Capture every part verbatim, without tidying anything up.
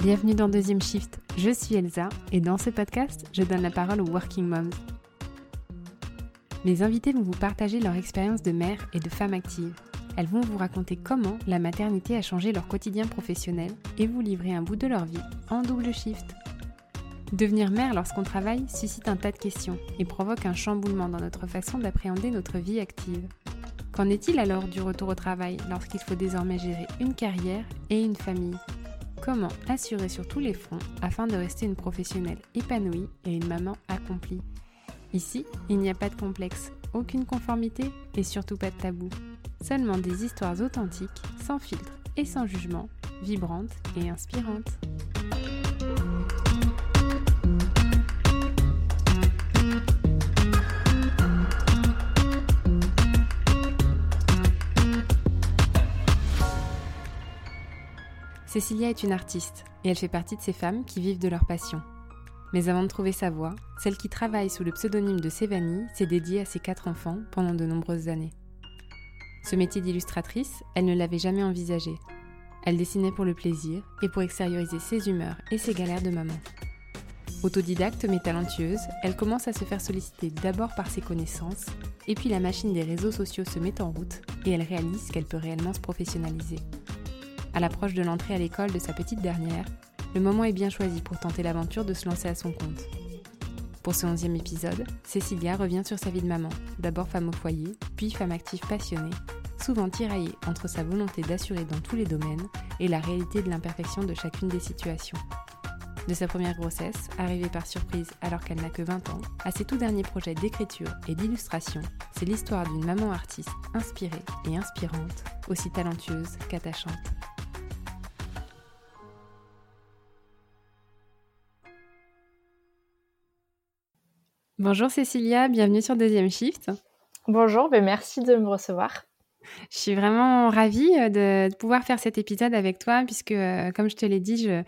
Bienvenue dans Deuxième Shift, je suis Elsa et dans ce podcast, je donne la parole aux working moms. Mes invités vont vous partager leur expérience de mère et de femme active. Elles vont vous raconter comment la maternité a changé leur quotidien professionnel et vous livrer un bout de leur vie en double shift. Devenir mère lorsqu'on travaille suscite un tas de questions et provoque un chamboulement dans notre façon d'appréhender notre vie active. Qu'en est-il alors du retour au travail lorsqu'il faut désormais gérer une carrière et une famille ? Comment assurer sur tous les fronts afin de rester une professionnelle épanouie et une maman accomplie ? Ici, il n'y a pas de complexe, aucune conformité et surtout pas de tabou. Seulement des histoires authentiques, sans filtre et sans jugement, vibrantes et inspirantes. Cécilia est une artiste et elle fait partie de ces femmes qui vivent de leur passion. Mais avant de trouver sa voie, celle qui travaille sous le pseudonyme de Sévanie s'est dédiée à ses quatre enfants pendant de nombreuses années. Ce métier d'illustratrice, elle ne l'avait jamais envisagé. Elle dessinait pour le plaisir et pour extérioriser ses humeurs et ses galères de maman. Autodidacte mais talentueuse, elle commence à se faire solliciter d'abord par ses connaissances, et puis la machine des réseaux sociaux se met en route et elle réalise qu'elle peut réellement se professionnaliser. À l'approche de l'entrée à l'école de sa petite dernière, le moment est bien choisi pour tenter l'aventure de se lancer à son compte. Pour ce onzième épisode, Cécilia revient sur sa vie de maman, d'abord femme au foyer, puis femme active passionnée, souvent tiraillée entre sa volonté d'assurer dans tous les domaines et la réalité de l'imperfection de chacune des situations. De sa première grossesse, arrivée par surprise alors qu'elle n'a que vingt ans, à ses tout derniers projets d'écriture et d'illustration, c'est l'histoire d'une maman artiste inspirée et inspirante, aussi talentueuse qu'attachante. Bonjour Cécilia, bienvenue sur Deuxième Shift. Bonjour, ben merci de me recevoir. Je suis vraiment ravie de, de pouvoir faire cet épisode avec toi puisque, euh, comme je te l'ai dit, je,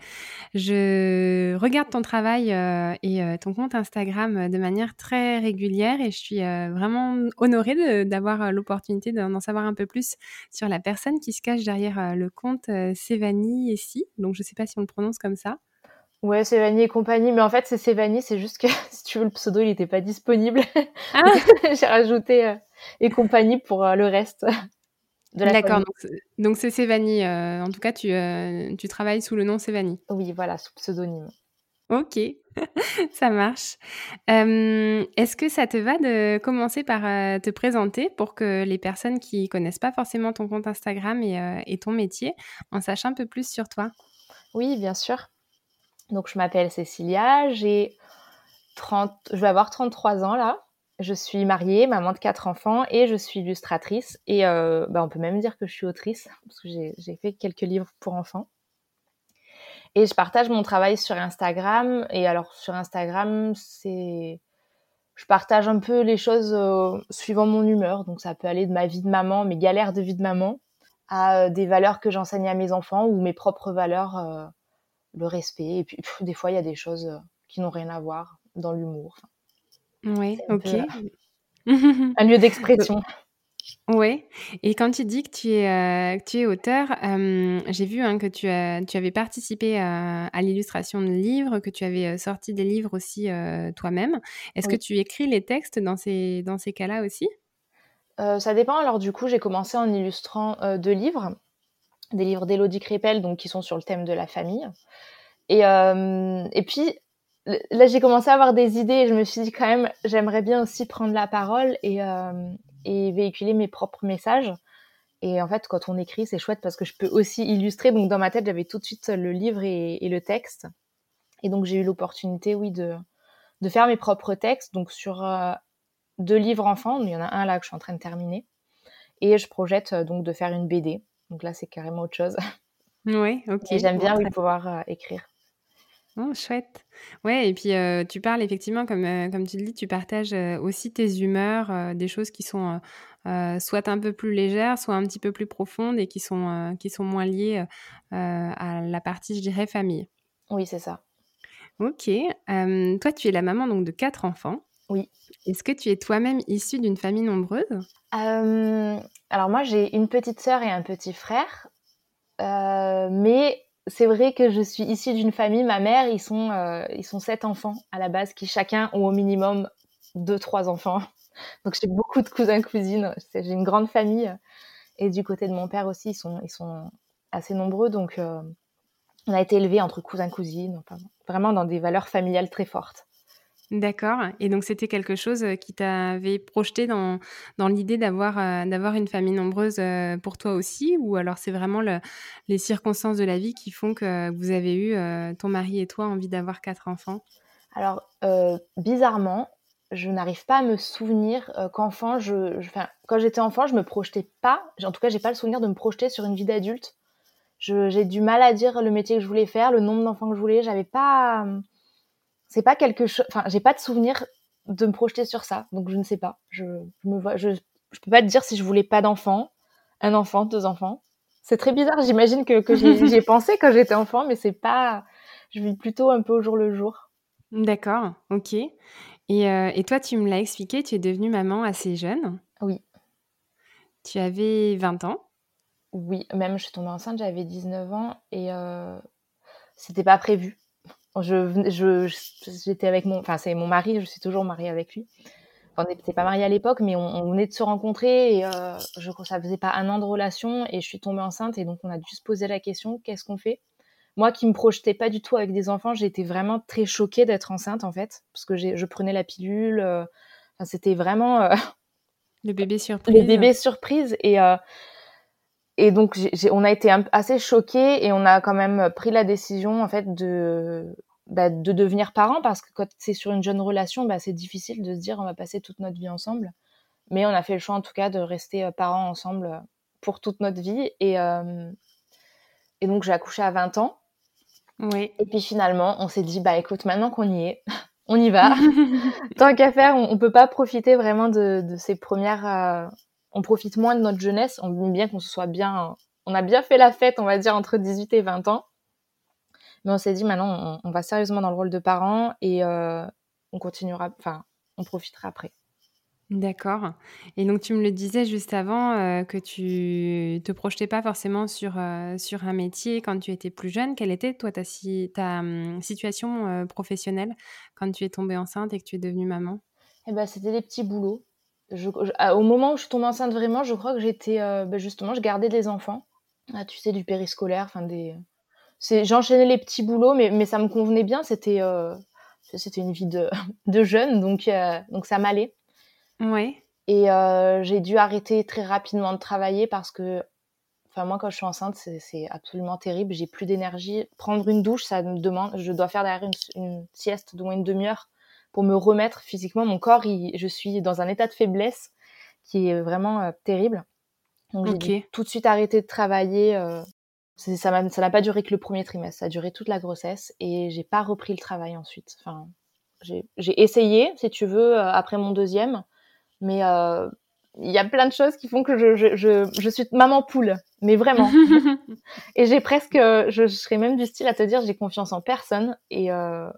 je regarde ton travail euh, et euh, ton compte Instagram de manière très régulière et je suis euh, vraiment honorée de, d'avoir euh, l'opportunité d'en, d'en savoir un peu plus sur la personne qui se cache derrière euh, le compte euh, Sévanie et si, donc je ne sais pas si on le prononce comme ça. Ouais, Sévanie et compagnie, mais en fait c'est Sévanie, c'est juste que si tu veux le pseudo il n'était pas disponible. Ah J'ai rajouté euh, et compagnie pour euh, le reste de la D'accord, famille. donc c'est, donc c'est Sévanie. Euh, en tout cas, tu, euh, tu travailles sous le nom Sévanie. Oui, voilà, sous pseudonyme. Ok, ça marche. Euh, est-ce que ça te va de commencer par euh, te présenter pour que les personnes qui connaissent pas forcément ton compte Instagram et, euh, et ton métier en sachent un peu plus sur toi ? Oui, bien sûr. Donc je m'appelle Cécilia, j'ai trente, je vais avoir trente-trois ans là. Je suis mariée, maman de quatre enfants et je suis illustratrice. Et euh, bah, on peut même dire que je suis autrice parce que j'ai, j'ai fait quelques livres pour enfants. Et je partage mon travail sur Instagram. Et alors, sur Instagram, c'est... je partage un peu les choses euh, suivant mon humeur. Donc, ça peut aller de ma vie de maman, mes galères de vie de maman, à euh, des valeurs que j'enseigne à mes enfants ou mes propres valeurs, euh, le respect. Et puis, pff, des fois, il y a des choses euh, qui n'ont rien à voir dans l'humour. Enfin, Oui, c'est un ok. peu euh, un lieu d'expression. Oui, et quand tu dis que tu es, euh, que tu es auteur, euh, j'ai vu hein, que tu, as, tu avais participé à, à l'illustration de livres, que tu avais euh, sorti des livres aussi euh, toi-même. Est-ce que Oui. tu écris les textes dans ces, dans ces cas-là aussi ? Euh, ça dépend. Alors, du coup, j'ai commencé en illustrant euh, deux livres. Des livres d'Élodie Crépel, donc qui sont sur le thème de la famille. Et, euh, et puis, là, j'ai commencé à avoir des idées et je me suis dit quand même, j'aimerais bien aussi prendre la parole et, euh, et véhiculer mes propres messages. Et en fait, quand on écrit, c'est chouette parce que je peux aussi illustrer. Donc, dans ma tête, j'avais tout de suite le livre et, et le texte. Et donc, j'ai eu l'opportunité, oui, de, de faire mes propres textes. Donc, sur euh, deux livres enfants, il y en a un là que je suis en train de terminer. Et je projette euh, donc de faire une B D. Donc là, c'est carrément autre chose. Oui, ok. Et j'aime Bon, bien, oui, très pouvoir euh, écrire. Oh, chouette. Ouais, et puis euh, tu parles effectivement, comme, euh, comme tu le dis, tu partages euh, aussi tes humeurs, euh, des choses qui sont euh, euh, soit un peu plus légères, soit un petit peu plus profondes et qui sont, euh, qui sont moins liées euh, à la partie, je dirais, famille. Oui, c'est ça. Ok. Euh, toi, tu es la maman donc de quatre enfants. Oui. Est-ce que tu es toi-même issue d'une famille nombreuse ? Euh, alors moi, j'ai une petite sœur et un petit frère. Euh, mais c'est vrai que je suis issue d'une famille, ma mère, ils sont, euh, ils sont sept enfants à la base, qui chacun ont au minimum deux, trois enfants. Donc j'ai beaucoup de cousins, cousines. C'est- J'ai une grande famille. Et du côté de mon père aussi, ils sont, ils sont assez nombreux. Donc euh, on a été élevés entre cousins, cousines, enfin, vraiment dans des valeurs familiales très fortes. D'accord, et donc c'était quelque chose, heu, qui t'avait projeté dans dans l'idée d'avoir, heu, d'avoir une famille nombreuse, heu, pour toi aussi? Ou alors c'est vraiment le les circonstances de la vie qui font que vous avez eu, heu, ton mari et toi, envie d'avoir quatre enfants? Alors, euh, bizarrement, je n'arrive pas à me souvenir euh, qu'enfant, je, je- enfin, quand j'étais enfant, je me projetais pas, en tout cas, j'ai pas le souvenir de me projeter sur une vie d'adulte. Je- j'ai du mal à dire le métier que je voulais faire, le nombre d'enfants que je voulais. J'avais pas, euh, c'est pas quelque chose, enfin, j'ai pas de souvenir de me projeter sur ça, donc je ne sais pas. Je, je me vois, je, je peux pas te dire si je voulais pas d'enfants, un enfant, deux enfants. C'est très bizarre. J'imagine que, que j'y j'y ai pensé quand j'étais enfant, mais c'est pas, je vis plutôt un peu au jour le jour. D'accord, OK, et heu et toi, tu me l'as expliqué, tu es devenue maman assez jeune. Oui. Tu avais vingt ans? Oui, même je suis tombée enceinte, j'avais dix-neuf ans et heu, c'était pas prévu. Je venais je j'étais avec mon enfin, c'est mon mari, je suis toujours mariée avec lui. Enfin, on n'était pas mariés à l'époque, mais on on venait de se rencontrer et heu, je crois ça faisait pas un an de relation et je suis tombée enceinte et donc on a dû se poser la question: «Qu'est-ce qu'on fait?» Moi qui me projetais pas du tout avec des enfants, j'ai été vraiment très choquée d'être enceinte, en fait, parce que j'ai je prenais la pilule, heu, enfin, c'était vraiment, heu, Le bébé le surprise? bébé surprise et heu Et donc, j'ai, j'ai- on a été un- assez choqués et on a quand même pris la décision en fait de, bah, de devenir parents parce que quand c'est sur une jeune relation, bah, c'est difficile de se dire on va passer toute notre vie ensemble. Mais on a fait le choix en tout cas de rester euh, parents ensemble euh, pour toute notre vie. Et, euh, et donc, j'ai accouché à vingt ans. Oui. Et puis finalement, on s'est dit, bah écoute, maintenant qu'on y est, on y va. Tant qu'à faire, on, on peut pas profiter vraiment de, de ces premières. euh, on profite moins de notre jeunesse. On aime bien qu'on se soit bien. On a bien fait la fête, on va dire, entre dix-huit et vingt ans. Mais on s'est dit, maintenant, on, on va sérieusement dans le rôle de parent et euh, on continuera. Enfin, on profitera après. D'accord, et donc tu me le disais juste avant, heu, que tu te projetais pas forcément sur, heu, sur un métier quand tu étais plus jeune. Quelle était toi ta si ta, mmh, situation, heu, professionnelle quand tu es tombée enceinte et que tu es devenue maman? Et ben, c'était des petits boulots. Je, je- ah, au moment où je suis tombée enceinte vraiment, je crois que j'étais, euh, ben, justement, je gardais des enfants. Ah, tu sais, du périscolaire, enfin des. C'est, j'enchaînais les petits boulots, mais, mais ça me convenait bien. C'était, euh, c'était une vie de, de jeune, donc, euh, donc ça m'allait. Ouais, Et euh, j'ai dû arrêter très rapidement de travailler parce que, enfin moi quand je suis enceinte, c'est, c'est absolument terrible. J'ai plus d'énergie. Prendre une douche, ça me demande, je dois faire derrière une, une sieste d'au moins une demi-heure pour me remettre physiquement. Mon corps, il, je suis dans un état de faiblesse qui est vraiment euh, terrible. Donc j'ai dû OK. tout de suite arrêter de travailler. Euh, c'est- ça m'a, ça n'a pas duré que le premier trimestre, ça a duré toute la grossesse et j'ai pas repris le travail ensuite. Enfin, j'ai, j'ai essayé, si tu veux, euh, après mon deuxième, mais euh, il y a plein de choses qui font que je, je, je, je suis maman poule, mais vraiment. Et j'ai presque, je, je serais même du style à te dire, j'ai confiance en personne et, euh,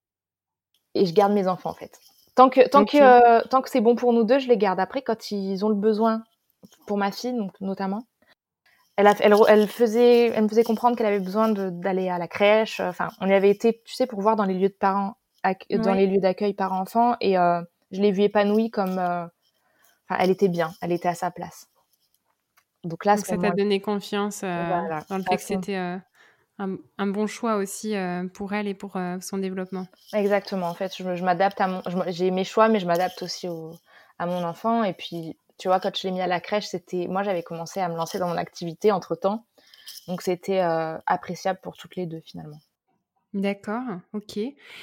et je garde mes enfants en fait. Tant que, tant que, OK. euh, tant que c'est bon pour nous deux, je les garde. Après, quand ils ont le besoin, pour ma fille donc notamment, elle, a, elle, elle faisait, elle me faisait comprendre qu'elle avait besoin de, d'aller à la crèche. Enfin, on y avait été, tu sais, pour voir dans les lieux de parents, dans les Ouais, lieux d'accueil parents-enfants, et euh, je l'ai vue épanouie comme, euh, enfin, elle était bien, elle était à sa place. Donc là, à donc ce ça t'a moment, donné confiance, heu, voilà, dans le à fait que ce, c'était, heu, un un bon choix aussi, heu, pour elle et pour, heu, son développement. exactement. En fait, je, me- je m'adapte à mon, je me- j'ai mes choix, mais je m'adapte aussi au, à mon enfant. Et puis, tu vois, quand je l'ai mis à la crèche, c'était, moi, j'avais commencé à me lancer dans mon activité entre temps, donc c'était euh, appréciable pour toutes les deux finalement. D'accord, OK.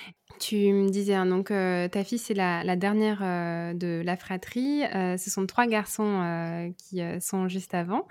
Tu me disais, hein, donc heu, ta fille, c'est la la dernière, heu, de la fratrie. Heu, ce sont trois garçons, heu, qui, heu, sont juste avant.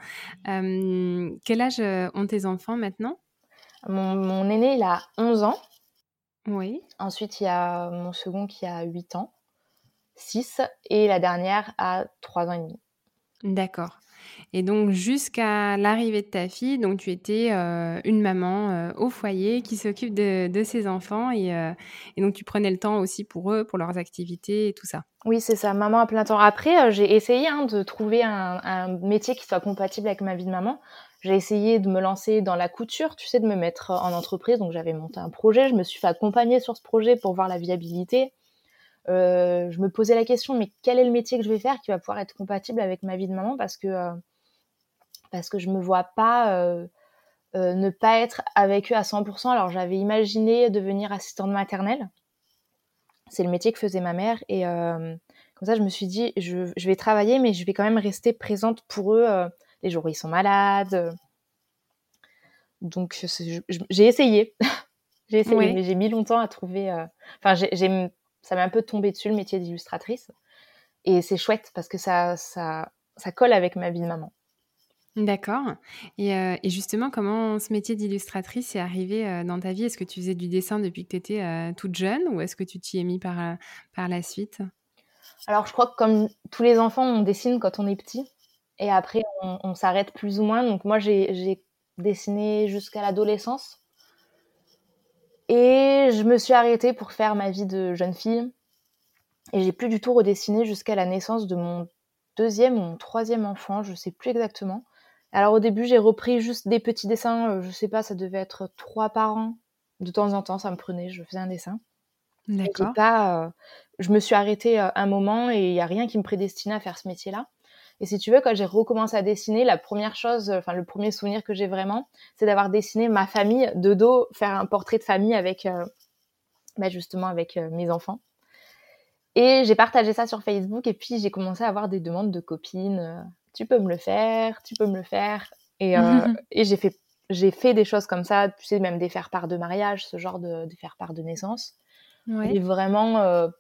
Hem, quel âge, heu, ont tes enfants maintenant? Mon, mon aîné, il a onze ans. Oui, Ensuite, il y a mon second qui a huit ans, six, et la dernière a trois ans et demi. d'accord. Et donc jusqu'à l'arrivée de ta fille, donc tu étais, heu, une maman, heu, au foyer qui s'occupe de de ses enfants et heu et donc tu prenais le temps aussi pour eux, pour leurs activités et tout ça? Oui, c'est ça, maman à plein temps. Après, heu, j'ai essayé, hein, de trouver un un métier qui soit compatible avec ma vie de maman. J'ai essayé de me lancer dans la couture, tu sais, de me mettre en entreprise, donc j'avais monté un projet. Je me suis fait accompagner sur ce projet pour voir la viabilité. Heu, je me posais la question: «Mais quel est le métier que je vais faire qui va pouvoir être compatible avec ma vie de maman?» parce que, heu, parce que je me vois pas, heu heu, ne pas être avec eux à cent pour cent. Alors j'avais imaginé devenir assistante maternelle. C'est le métier que faisait ma mère et hem, comme ça je me suis dit: «Je je vais travailler mais je vais quand même rester présente pour eux, heu, les jours où ils sont malades», heu, donc c'est je je j'ai essayé, j'ai essayé Ouais. mais j'ai mis longtemps à trouver, heu, enfin j'ai j'ai m ça m'est un peu tombé dessus le métier d'illustratrice et c'est chouette parce que ça ça ça colle avec ma vie de maman. D'accord et heu et justement, comment ce métier d'illustratrice est arrivé, heu, dans ta vie? Est-ce que tu faisais du dessin depuis que tu étais, heu, toute jeune ou est-ce que tu t'y es mis par, heu, par la suite? Alors je crois que comme tous les enfants, on dessine quand on est petit et après on on s'arrête plus ou moins, donc moi j'ai j'ai dessiné jusqu'à l'adolescence et je me suis arrêtée pour faire ma vie de jeune fille et j'ai plus du tout redessiné jusqu'à la naissance de mon deuxième ou mon troisième enfant, je sais plus exactement. Alors au début, j'ai repris juste des petits dessins, heu, je sais pas, ça devait être trois par an. De temps en temps, ça me prenait, je faisais un dessin et j'ai D'accord. pas, heu, je me suis arrêtée, heu, un moment et il y a rien qui me prédestinait à faire ce métier-là et si tu veux, quand j'ai recommencé à dessiner, la première chose, heu, enfin le premier souvenir que j'ai vraiment, c'est d'avoir dessiné ma famille de dos, faire un portrait de famille avec, heu, bah, justement avec, heu, mes enfants. Et j'ai partagé ça sur Facebook et puis j'ai commencé à avoir des demandes de copines, heu: «Tu peux me le faire? Tu peux me le faire?» et heu et j'ai fait j'ai fait des choses comme ça, tu sais, même des faire-part de mariage, ce genre de de faire-part de naissance. Mais Ouais. vraiment, heu,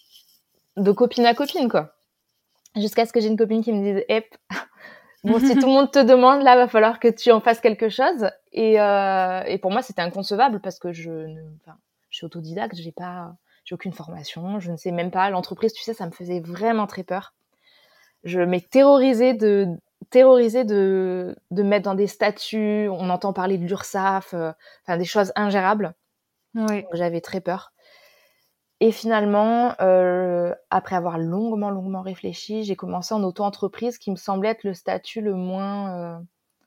de copine à copine, quoi. Jusqu'à ce que j'ai une copine qui me dise: «Ep, bon, si tout le monde te demande, là, va falloir que tu en fasses quelque chose» et heu et pour moi, c'était inconcevable parce que je ne enfin, je suis autodidacte, j'ai pas j'ai aucune formation, je ne sais même pas. L'entreprise, tu sais, ça me faisait vraiment très peur. Je m'ai terrorisée de terrorisée de de me mettre dans des statuts. On entend parler de l'URSSAF, heu, enfin des choses ingérables. Ouais. Donc j'avais très peur et finalement, heu, après avoir longuement, longuement réfléchi, j'ai commencé en auto-entreprise qui me semblait être le statut le moins, heu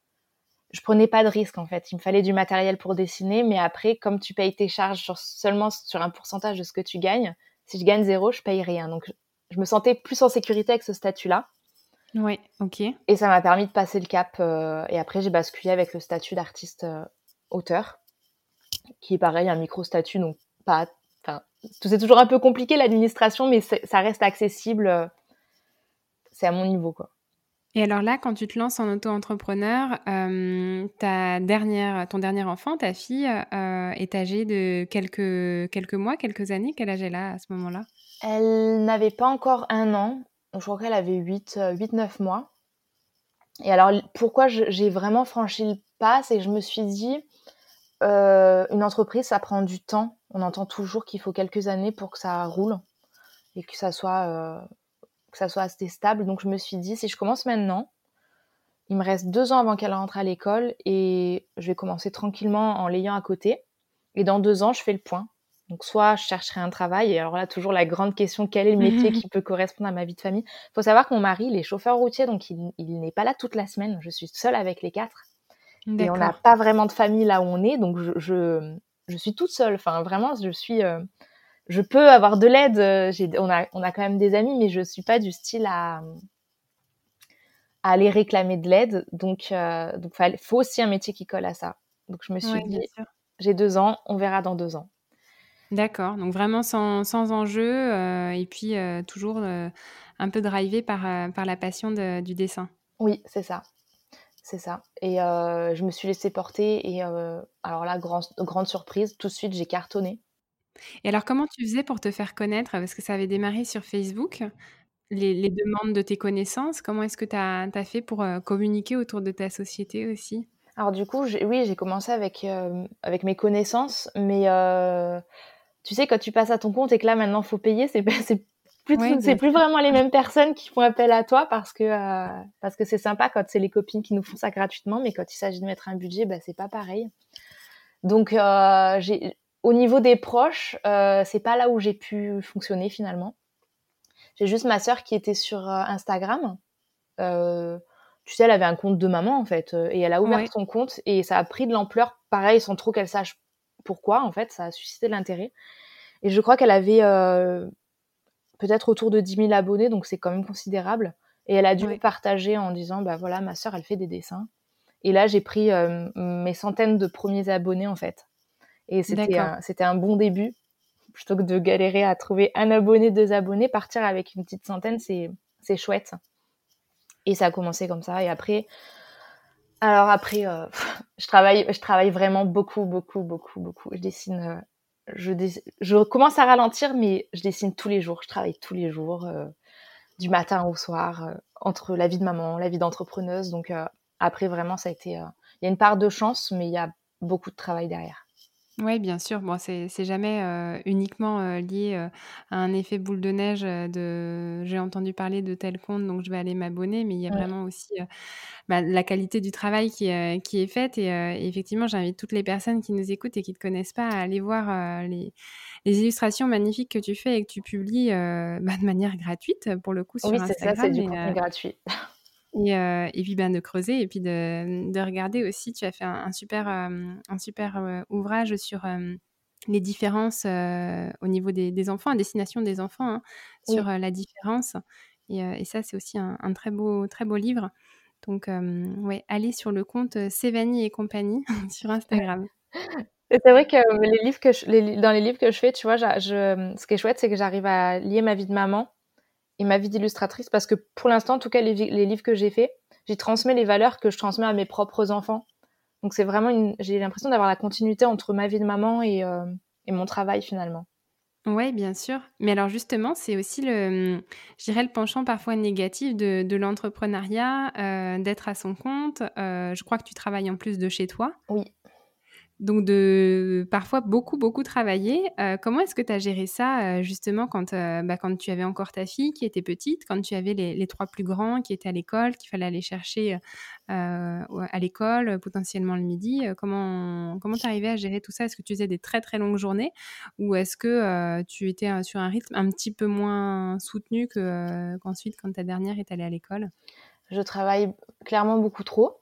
je prenais pas de risque, en fait. Il me fallait du matériel pour dessiner, mais après, comme tu payes tes charges sur seulement sur un pourcentage de ce que tu gagnes, si je gagne zéro, je paye rien. Donc je me sentais plus en sécurité avec ce statut-là. Ouais, OK. Et ça m'a permis de passer le cap, heu et après j'ai basculé avec le statut d'artiste, heu, auteur, qui est pareil, un micro-statut, donc pas enfin, c'est toujours un peu compliqué l'administration, mais c'est ça reste accessible, heu, c'est à mon niveau, quoi. Et alors là, quand tu te lances en auto-entrepreneur, hem, ta dernière ton dernier enfant, ta fille, heu, est âgée de quelques quelques mois, quelques années? Quel âge elle a à ce moment-là? Elle n'avait pas encore un an, donc je crois qu'elle avait huit, heu, huit neuf mois et alors l pourquoi je j'ai vraiment franchi le pas, c'est que je me suis dit: «Heu, une entreprise, ça prend du temps». On entend toujours qu'il faut quelques années pour que ça roule et que ça soit, heu que ça soit assez stable. Donc je me suis dit: «Si je commence maintenant, il me reste deux ans avant qu'elle rentre à l'école et je vais commencer tranquillement en l'ayant à côté et dans deux ans, je fais le point». Donc soit je chercherai un travail et alors là, toujours la grande question: quel est le métier qui peut correspondre à ma vie de famille? Il faut savoir que mon mari, il est chauffeur routier, donc il il n'est pas là toute la semaine. Je suis seule avec les quatre et on n'a D'accord. pas vraiment de famille là où on est, donc je je je suis toute seule. Enfin vraiment, je suis, heu, je peux avoir de l'aide, heu, j'ai on a on a quand même des amis, mais je suis pas du style à à aller réclamer de l'aide. Donc, heu, donc fall faut aussi un métier qui colle à ça. Donc je me suis Ouais, bien dit: sûr. «J'ai deux ans, on verra dans deux ans». D'accord, donc vraiment sans sans enjeu, heu et puis, heu, toujours, heu, un peu drivé par, heu, par la passion de du dessin? Oui, c'est ça, c'est ça et heu, je me suis laissée porter et heu, alors là, grand grande surprise, tout de suite, j'ai cartonné. Et alors comment tu faisais pour te faire connaître? Parce que ça avait démarré sur Facebook, les les demandes de tes connaissances. Comment est-ce que tu as tu as fait pour, heu, communiquer autour de ta société aussi? Alors du coup, j'ai oui, j'ai commencé avec, hem, avec mes connaissances, mais heu, tu sais, quand tu passes à ton compte et que là, maintenant, faut payer, c'est c'est plus, Ouais, c'est bien plus sûr. vraiment les mêmes personnes qui font appel à toi parce que euh, parce que c'est sympa quand c'est les copines qui nous font ça gratuitement, mais quand il s'agit de mettre un budget, bah c'est pas pareil. Donc euh, j'ai, au niveau des proches, euh, c'est pas là où j'ai pu fonctionner finalement. J'ai juste ma sœur qui était sur euh, Instagram. Euh, tu sais, elle avait un compte de maman en fait, euh, et elle a ouvert Ouais, son compte et ça a pris de l'ampleur, pareil, sans trop qu'elle sache pourquoi en fait, ça a suscité de l'intérêt. Et je crois qu'elle avait euh, peut-être autour de dix mille abonnés, donc c'est quand même considérable. Et elle a dû le ouais, partager en disant, bah voilà, ma sœur, elle fait des dessins. Et là, j'ai pris euh, mes centaines de premiers abonnés en fait. Et c'était d'accord. un, c'était un bon début. Plutôt que de galérer à trouver un abonné, deux abonnés, partir avec une petite centaine, c'est, c'est chouette. Et ça a commencé comme ça. Et après, alors après, euh, je travaille, je travaille vraiment beaucoup, beaucoup, beaucoup, beaucoup. Je dessine, euh, je, dess- je commence à ralentir, mais je dessine tous les jours. Je travaille tous les jours, euh, du matin au soir, euh, entre la vie de maman, la vie d'entrepreneuse. Donc euh, après, vraiment, ça a été, euh, il y a une part de chance, mais il y a beaucoup de travail derrière. Ouais, bien sûr. Bon, c'est c'est jamais, heu, uniquement, heu, lié, heu, à un effet boule de neige, heu, de: «J'ai entendu parler de tel compte, donc je vais aller m'abonner», mais il y a Mm. vraiment aussi, heu, bah, la qualité du travail qui est, qui est faite et heu, et effectivement, j'invite toutes les personnes qui nous écoutent et qui ne te connaissent pas à aller voir, heu, les les illustrations magnifiques que tu fais et que tu publies, heu, bah, de manière gratuite, pour le coup, Oui, sur c'est ça, c'est Instagram du et contenu heu gratuit. et heu et puis, ben, de creuser et puis de de regarder aussi. Tu as fait un un super, hem, un super, heu, ouvrage sur, hem, les différences, heu, au niveau des des enfants, à destination des enfants, hein, Oui. sur, heu, la différence et heu et ça, c'est aussi un un très beau très beau livre. Donc, hem, ouais, allez sur le compte, heu, Sévanie et compagnie sur Instagram. Et c'est vrai que les livres que je, les, li- dans les livres que je fais, tu vois, j'a- je, ce qui est chouette, c'est que j'arrive à lier ma vie de maman et ma vie d'illustratrice parce que pour l'instant, en tout cas, les, vi- les livres que j'ai faits, j'y transmets les valeurs que je transmets à mes propres enfants. Donc c'est vraiment une, j'ai l'impression d'avoir la continuité entre ma vie de maman et, euh, et mon travail finalement. Ouais, bien sûr. Mais alors justement, c'est aussi le, mmh, je dirais le penchant parfois négatif de de l'entrepreneuriat, heu, d'être à son compte. Heu, je crois que tu travailles en plus de chez toi. Oui. Donc de parfois beaucoup, beaucoup travailler. Heu, comment est-ce que tu as géré ça, heu, justement quand, heu, bah, quand tu avais encore ta fille qui était petite, quand tu avais les les trois plus grands qui étaient à l'école, qu'il fallait aller chercher, heu heu, ouais, à l'école, heu, potentiellement le midi, heu, comment comment tu arrivais à gérer tout ça? Est-ce que tu faisais des très, très longues journées ou est-ce que, heu, tu étais, heu, sur un rythme un petit peu moins soutenu que, heu, qu'ensuite quand ta dernière est allée à l'école? Je travaille clairement beaucoup trop,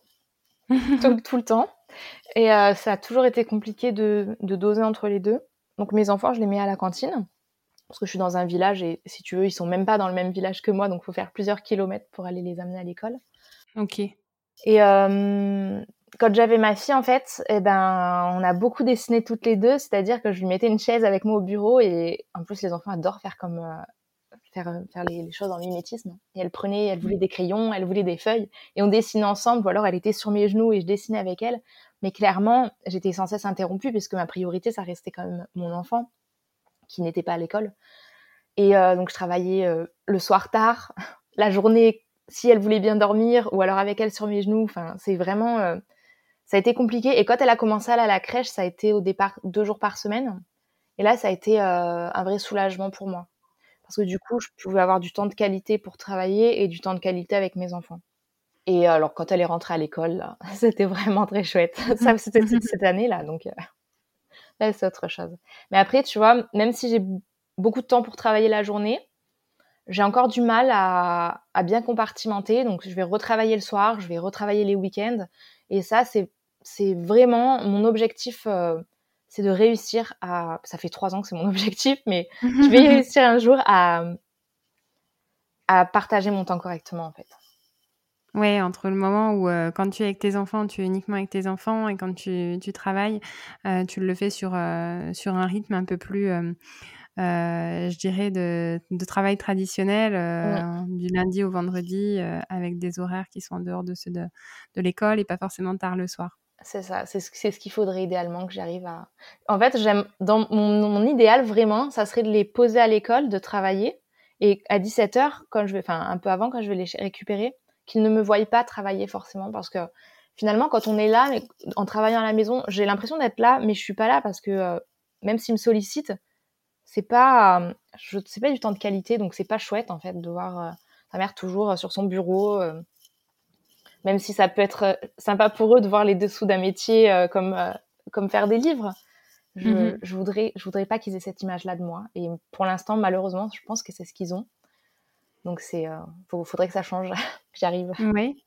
tout, tout le temps. Et euh, ça a toujours été compliqué de, de doser entre les deux. Donc mes enfants, je les mets à la cantine. Parce que je suis dans un village et si tu veux, ils sont même pas dans le même village que moi, donc il faut faire plusieurs kilomètres pour aller les amener à l'école. OK. Et euh, quand j'avais ma fille, en fait, eh ben, on a beaucoup dessiné toutes les deux, c'est-à-dire que je lui mettais une chaise avec moi au bureau et en plus les enfants adorent faire comme euh, faire euh, faire les, les choses en mimétisme. Et elle prenait, elle voulait des crayons, elle voulait des feuilles et on dessinait ensemble. Ou alors elle était sur mes genoux et je dessinais avec elle. Mais clairement, j'étais sans cesse interrompue puisque ma priorité, ça restait quand même mon enfant qui n'était pas à l'école. Et euh, donc, je travaillais euh, le soir tard, la journée, si elle voulait bien dormir, ou alors avec elle sur mes genoux. Enfin, c'est vraiment... Euh, ça a été compliqué. Et quand elle a commencé à aller à la crèche, ça a été au départ deux jours par semaine. Et là, ça a été euh, un vrai soulagement pour moi. Parce que du coup, je pouvais avoir du temps de qualité pour travailler et du temps de qualité avec mes enfants. Et alors, quand elle est rentrée à l'école, là, c'était vraiment très chouette. Ça, c'était cette année-là, donc euh, là, c'est autre chose. Mais après, tu vois, même si j'ai beaucoup de temps pour travailler la journée, j'ai encore du mal à, à bien compartimenter. Donc, je vais retravailler le soir, je vais retravailler les week-ends. Et ça, c'est, c'est vraiment mon objectif, euh, c'est de réussir à... Ça fait trois ans que c'est mon objectif, mais je vais réussir un jour à, à partager mon temps correctement, en fait. Ouais, entre le moment où, heu, quand tu es avec tes enfants, tu es uniquement avec tes enfants et quand tu tu travailles, heu, tu le fais sur, heu, sur un rythme un peu plus, hem, heu, je dirais de de travail traditionnel, Mm. heu, du lundi au vendredi, heu, avec des horaires qui sont en dehors de ceux de de l'école et pas forcément tard le soir. C'est ça, c'est ce, c'est ce qu'il faudrait idéalement que j'arrive à... En fait, j'aime, dans mon, mon idéal, vraiment, ça serait de les poser à l'école, de travailler, et à dix-sept heures, quand je vais, enfin, un peu avant, quand je vais les récupérer, qu'ils ne me voient pas travailler forcément, parce que finalement, quand on est là, mais en travaillant à la maison, j'ai l'impression d'être là, mais je suis pas là, parce que euh, même s'ils me sollicitent, c'est pas, euh, je, c'est pas du temps de qualité, donc c'est pas chouette en fait de voir euh, ta mère toujours euh, sur son bureau, euh, même si ça peut être euh, sympa pour eux de voir les dessous d'un métier euh, comme euh, comme faire des livres. Je, Mhm. je voudrais, je voudrais pas qu'ils aient cette image-là de moi. Et pour l'instant, malheureusement, je pense que c'est ce qu'ils ont. Donc c'est, euh, faut- faudrait que ça change, que j'y arrive. Oui.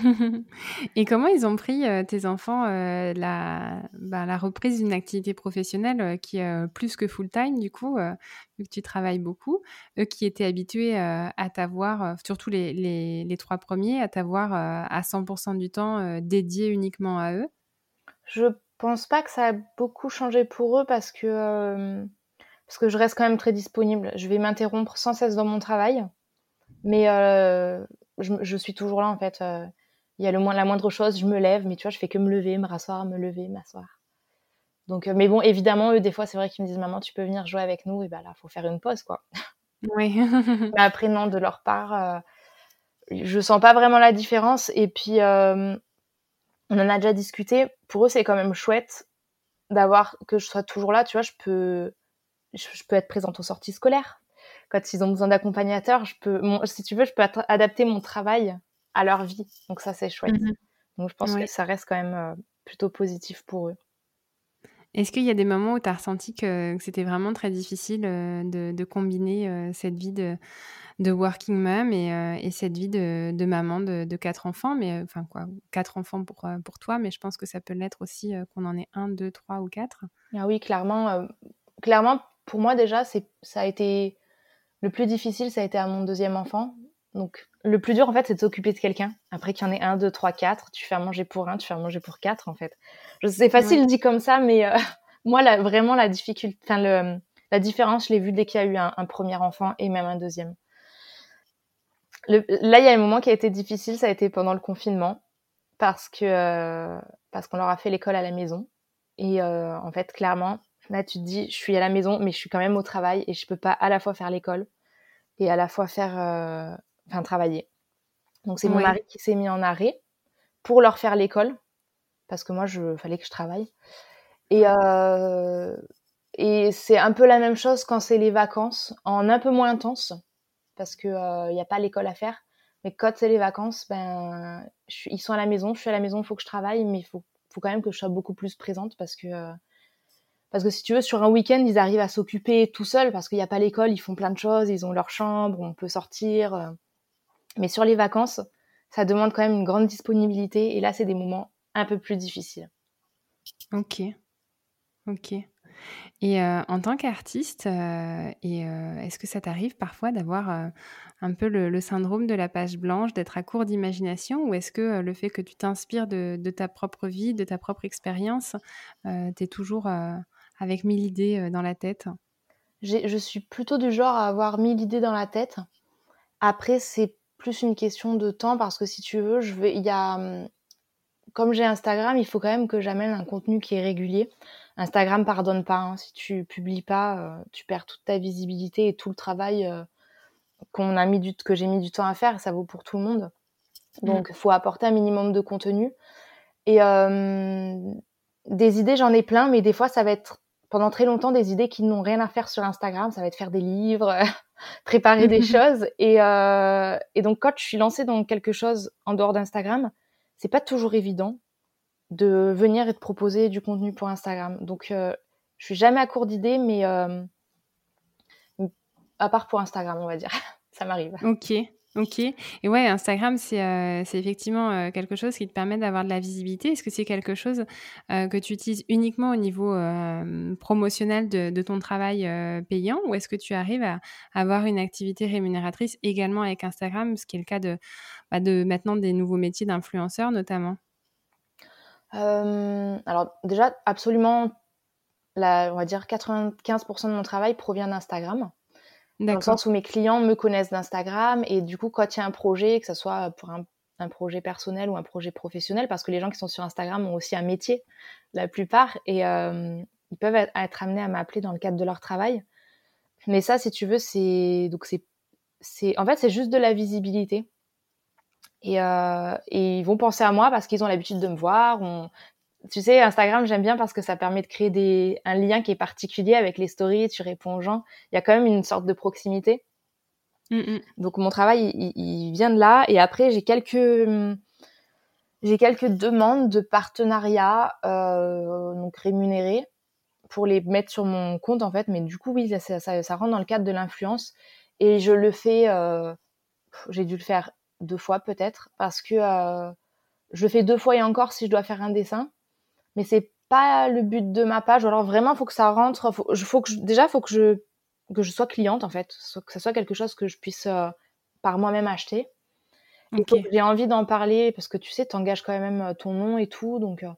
Et comment ils ont pris, heu, tes enfants, heu, la bah, la reprise d'une activité professionnelle, heu, qui est, heu, plus que full time du coup, heu, vu que tu travailles beaucoup? Eux qui étaient habitués, heu, à t'avoir, heu, surtout les les les trois premiers, à t'avoir, heu, à cent pour cent du temps, heu, dédié uniquement à eux? Je pense pas que ça a beaucoup changé pour eux parce que, euh, parce que je reste quand même très disponible. Je vais m'interrompre sans cesse dans mon travail, mais euh, je, je suis toujours là en fait. Euh, Il y a le moins, la moindre chose, je me lève, mais tu vois, je fais que me lever, me rasseoir, me lever, m'asseoir. Donc, euh, mais bon, évidemment, eux, des fois, c'est vrai qu'ils me disent, maman, tu peux venir jouer avec nous, et ben là, faut faire une pause, quoi. Oui. Mais après, non, de leur part, euh, je sens pas vraiment la différence. Et puis, euh, on en a déjà discuté. Pour eux, c'est quand même chouette d'avoir que je sois toujours là. Tu vois, je peux, je, je peux être présente aux sorties scolaires. Quand ils ont besoin d'accompagnateurs, je peux, mon, si tu veux, je peux at- adapter mon travail à leur vie. Donc ça, c'est chouette. Mmh. Donc je pense que Ouais. ça reste quand même euh, plutôt positif pour eux. Est-ce qu'il y a des moments où tu as ressenti que que c'était vraiment très difficile, heu, de de combiner, heu, cette vie de de working mom et heu et cette vie de de maman de de quatre enfants? Mais, heu, enfin quoi, quatre enfants pour, heu, pour toi, mais je pense que ça peut l'être aussi, heu, qu'on en ait un, deux, trois ou quatre. Ah oui, clairement, euh, clairement, pour moi déjà, c'est, ça a été le plus difficile, ça a été à mon deuxième enfant. Donc, le plus dur, en fait, c'est de s'occuper de quelqu'un. Après qu'il y en ait un, deux, trois, quatre, tu fais à manger pour un, tu fais à manger pour quatre, en fait. Je sais, c'est Oui. facile dit comme ça, mais euh, moi, la, vraiment, la difficulté, enfin, le, la différence, je l'ai vue dès qu'il y a eu un, un premier enfant et même un deuxième. Le, là, il y a un moment qui a été difficile, ça a été pendant le confinement, parce que euh, parce qu'on leur a fait l'école à la maison. Et euh, en fait, clairement, là, tu te dis, je suis à la maison, mais je suis quand même au travail et je peux pas à la fois faire l'école et à la fois faire, euh, enfin, travailler. Donc, c'est mon Ouais. mari qui s'est mis en arrêt pour leur faire l'école, parce que moi, je fallait que je travaille. Et, Ouais. euh, et c'est un peu la même chose quand c'est les vacances, en un peu moins intense, parce qu'il n'y a pas l'école à faire. Mais quand c'est les vacances, ben, je suis, ils sont à la maison, je suis à la maison, il faut que je travaille, mais il faut, faut quand même que je sois beaucoup plus présente parce que, euh, parce que si tu veux, sur un week-end, ils arrivent à s'occuper tout seuls parce qu'il n'y a pas l'école, ils font plein de choses, ils ont leur chambre, on peut sortir. euh. Mais sur les vacances, ça demande quand même une grande disponibilité et là, c'est des moments un peu plus difficiles. OK. OK. Et heu, en tant qu'artiste, heu et heu, est-ce que ça t'arrive parfois d'avoir, heu, un peu le le syndrome de la page blanche, d'être à court d'imagination? Ou est-ce que, heu, le fait que tu t'inspires de de ta propre vie, de ta propre expérience, heu, tu es toujours, heu, avec mille idées, heu, dans la tête? J'ai, je suis plutôt du genre à avoir mille idées dans la tête. Après, c'est plus une question de temps parce que si tu veux, je vais, il y a, hum, comme j'ai Instagram, il faut quand même que j'amène un contenu qui est régulier. Instagram pardonne pas, hein. Si tu publies pas, euh, tu perds toute ta visibilité et tout le travail euh, qu'on a mis du, que j'ai mis du temps à faire. Ça vaut pour tout le monde. Mmh. Donc, il faut apporter un minimum de contenu. Et euh, des idées, j'en ai plein, mais des fois, ça va être pendant très longtemps des idées qui n'ont rien à faire sur Instagram. Ça va être faire des livres, préparer des choses. Et, euh, et donc, quand je suis lancée dans quelque chose en dehors d'Instagram, c'est pas toujours évident de venir et de proposer du contenu pour Instagram. Donc, euh, je suis jamais à court d'idées, mais euh, à part pour Instagram, on va dire. Ça m'arrive. OK, OK. Et ouais, Instagram, c'est, heu, c'est effectivement, heu, quelque chose qui te permet d'avoir de la visibilité. Est-ce que c'est quelque chose, heu, que tu utilises uniquement au niveau, hem, promotionnel de de ton travail, heu, payant? Ou est-ce que tu arrives à avoir une activité rémunératrice également avec Instagram? Ce qui est le cas de, bah, de maintenant des nouveaux métiers d'influenceurs notamment? Euh, alors, déjà, absolument, la, on va dire quatre-vingt-quinze pour cent de mon travail provient d'Instagram. Dans le D'accord. sens où mes clients me connaissent d'Instagram et du coup, quand il y a un projet, que ce soit pour un, un projet personnel ou un projet professionnel, parce que les gens qui sont sur Instagram ont aussi un métier, la plupart, et euh, ils peuvent être, être amenés à m'appeler dans le cadre de leur travail. Mais ça, si tu veux, c'est donc c'est c'est en fait c'est juste de la visibilité et, euh, et ils vont penser à moi parce qu'ils ont l'habitude de me voir. On, tu sais, Instagram, j'aime bien parce que ça permet de créer des, un lien qui est particulier avec les stories, tu réponds aux gens. Il y a quand même une sorte de proximité. Mmh mh. Donc, mon travail, il, il vient de là. Et après, j'ai quelques, j'ai quelques demandes de partenariat euh, donc rémunérés pour les mettre sur mon compte, en fait. Mais du coup, oui, ça, ça, ça rentre dans le cadre de l'influence. Et je le fais, euh, j'ai dû le faire deux fois peut-être, parce que euh, je le fais deux fois et encore si je dois faire un dessin. Mais c'est pas le but de ma page. Alors vraiment, faut que ça rentre. Faut, faut que je, déjà, faut que je que je sois cliente en fait, que ça soit quelque chose que je puisse euh, par moi-même acheter. Il faut OK. que j'ai envie d'en parler parce que tu sais, t'engages quand même ton nom et tout. Donc euh,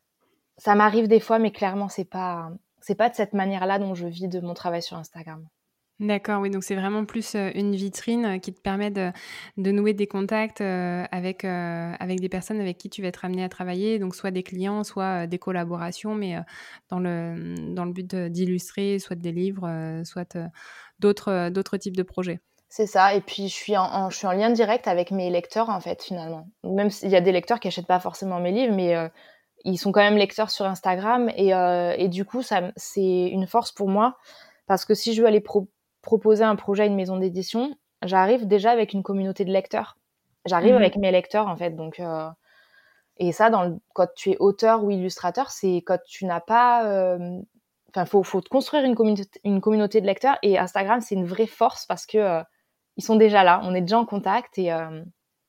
ça m'arrive des fois, mais clairement, c'est pas c'est pas de cette manière-là dont je vis de mon travail sur Instagram. D'accord, oui, donc c'est vraiment plus, heu, une vitrine, heu, qui te permet de de nouer des contacts, heu, avec, heu, avec des personnes avec qui tu vas être amené à travailler, donc soit des clients, soit, heu, des collaborations, mais, heu, dans le, mmh, dans le but de d'illustrer soit des livres, heu, soit, heu, d'autres, heu, d'autres types de projets. C'est ça, et puis je suis en, en je suis en lien direct avec mes lecteurs en fait finalement. Même s'il y a des lecteurs qui achètent pas forcément mes livres, mais euh, ils sont quand même lecteurs sur Instagram et, euh, et du coup ça m- c'est une force pour moi parce que si je veux aller pro- proposer un projet à une maison d'édition, j'arrive déjà avec une communauté de lecteurs. J'arrive Mmh. avec mes lecteurs en fait, donc euh, et ça dans le, quand tu es auteur ou illustrateur, c'est quand tu n'as pas euh, enfin faut faut te construire une communauté une communauté de lecteurs, et Instagram c'est une vraie force parce que euh, ils sont déjà là, on est déjà en contact, et, euh,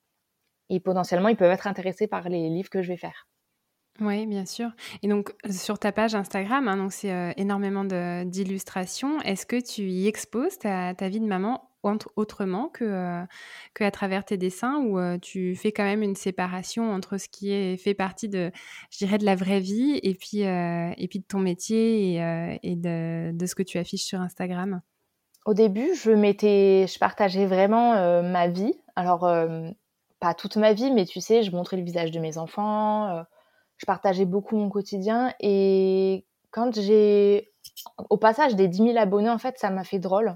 et potentiellement ils peuvent être intéressés par les livres que je vais faire. Oui, bien sûr. Et donc, heu, sur ta page Instagram, hein, donc c'est, heu, énormément de d'illustrations. Est-ce que tu y exposes ta ta vie de maman autre autrement que, heu, qu'à travers tes dessins ou, heu, tu fais quand même une séparation entre ce qui est fait partie de, je dirais, de la vraie vie et puis, heu, et puis de ton métier et heu, et de de ce que tu affiches sur Instagram? Au début, je mettais, je partageais vraiment euh, ma vie. Alors, euh, pas toute ma vie, mais tu sais, je montrais le visage de mes enfants, euh, je partageais beaucoup mon quotidien. Et quand j'ai, au passage des dix mille abonnés, en fait, ça m'a fait drôle.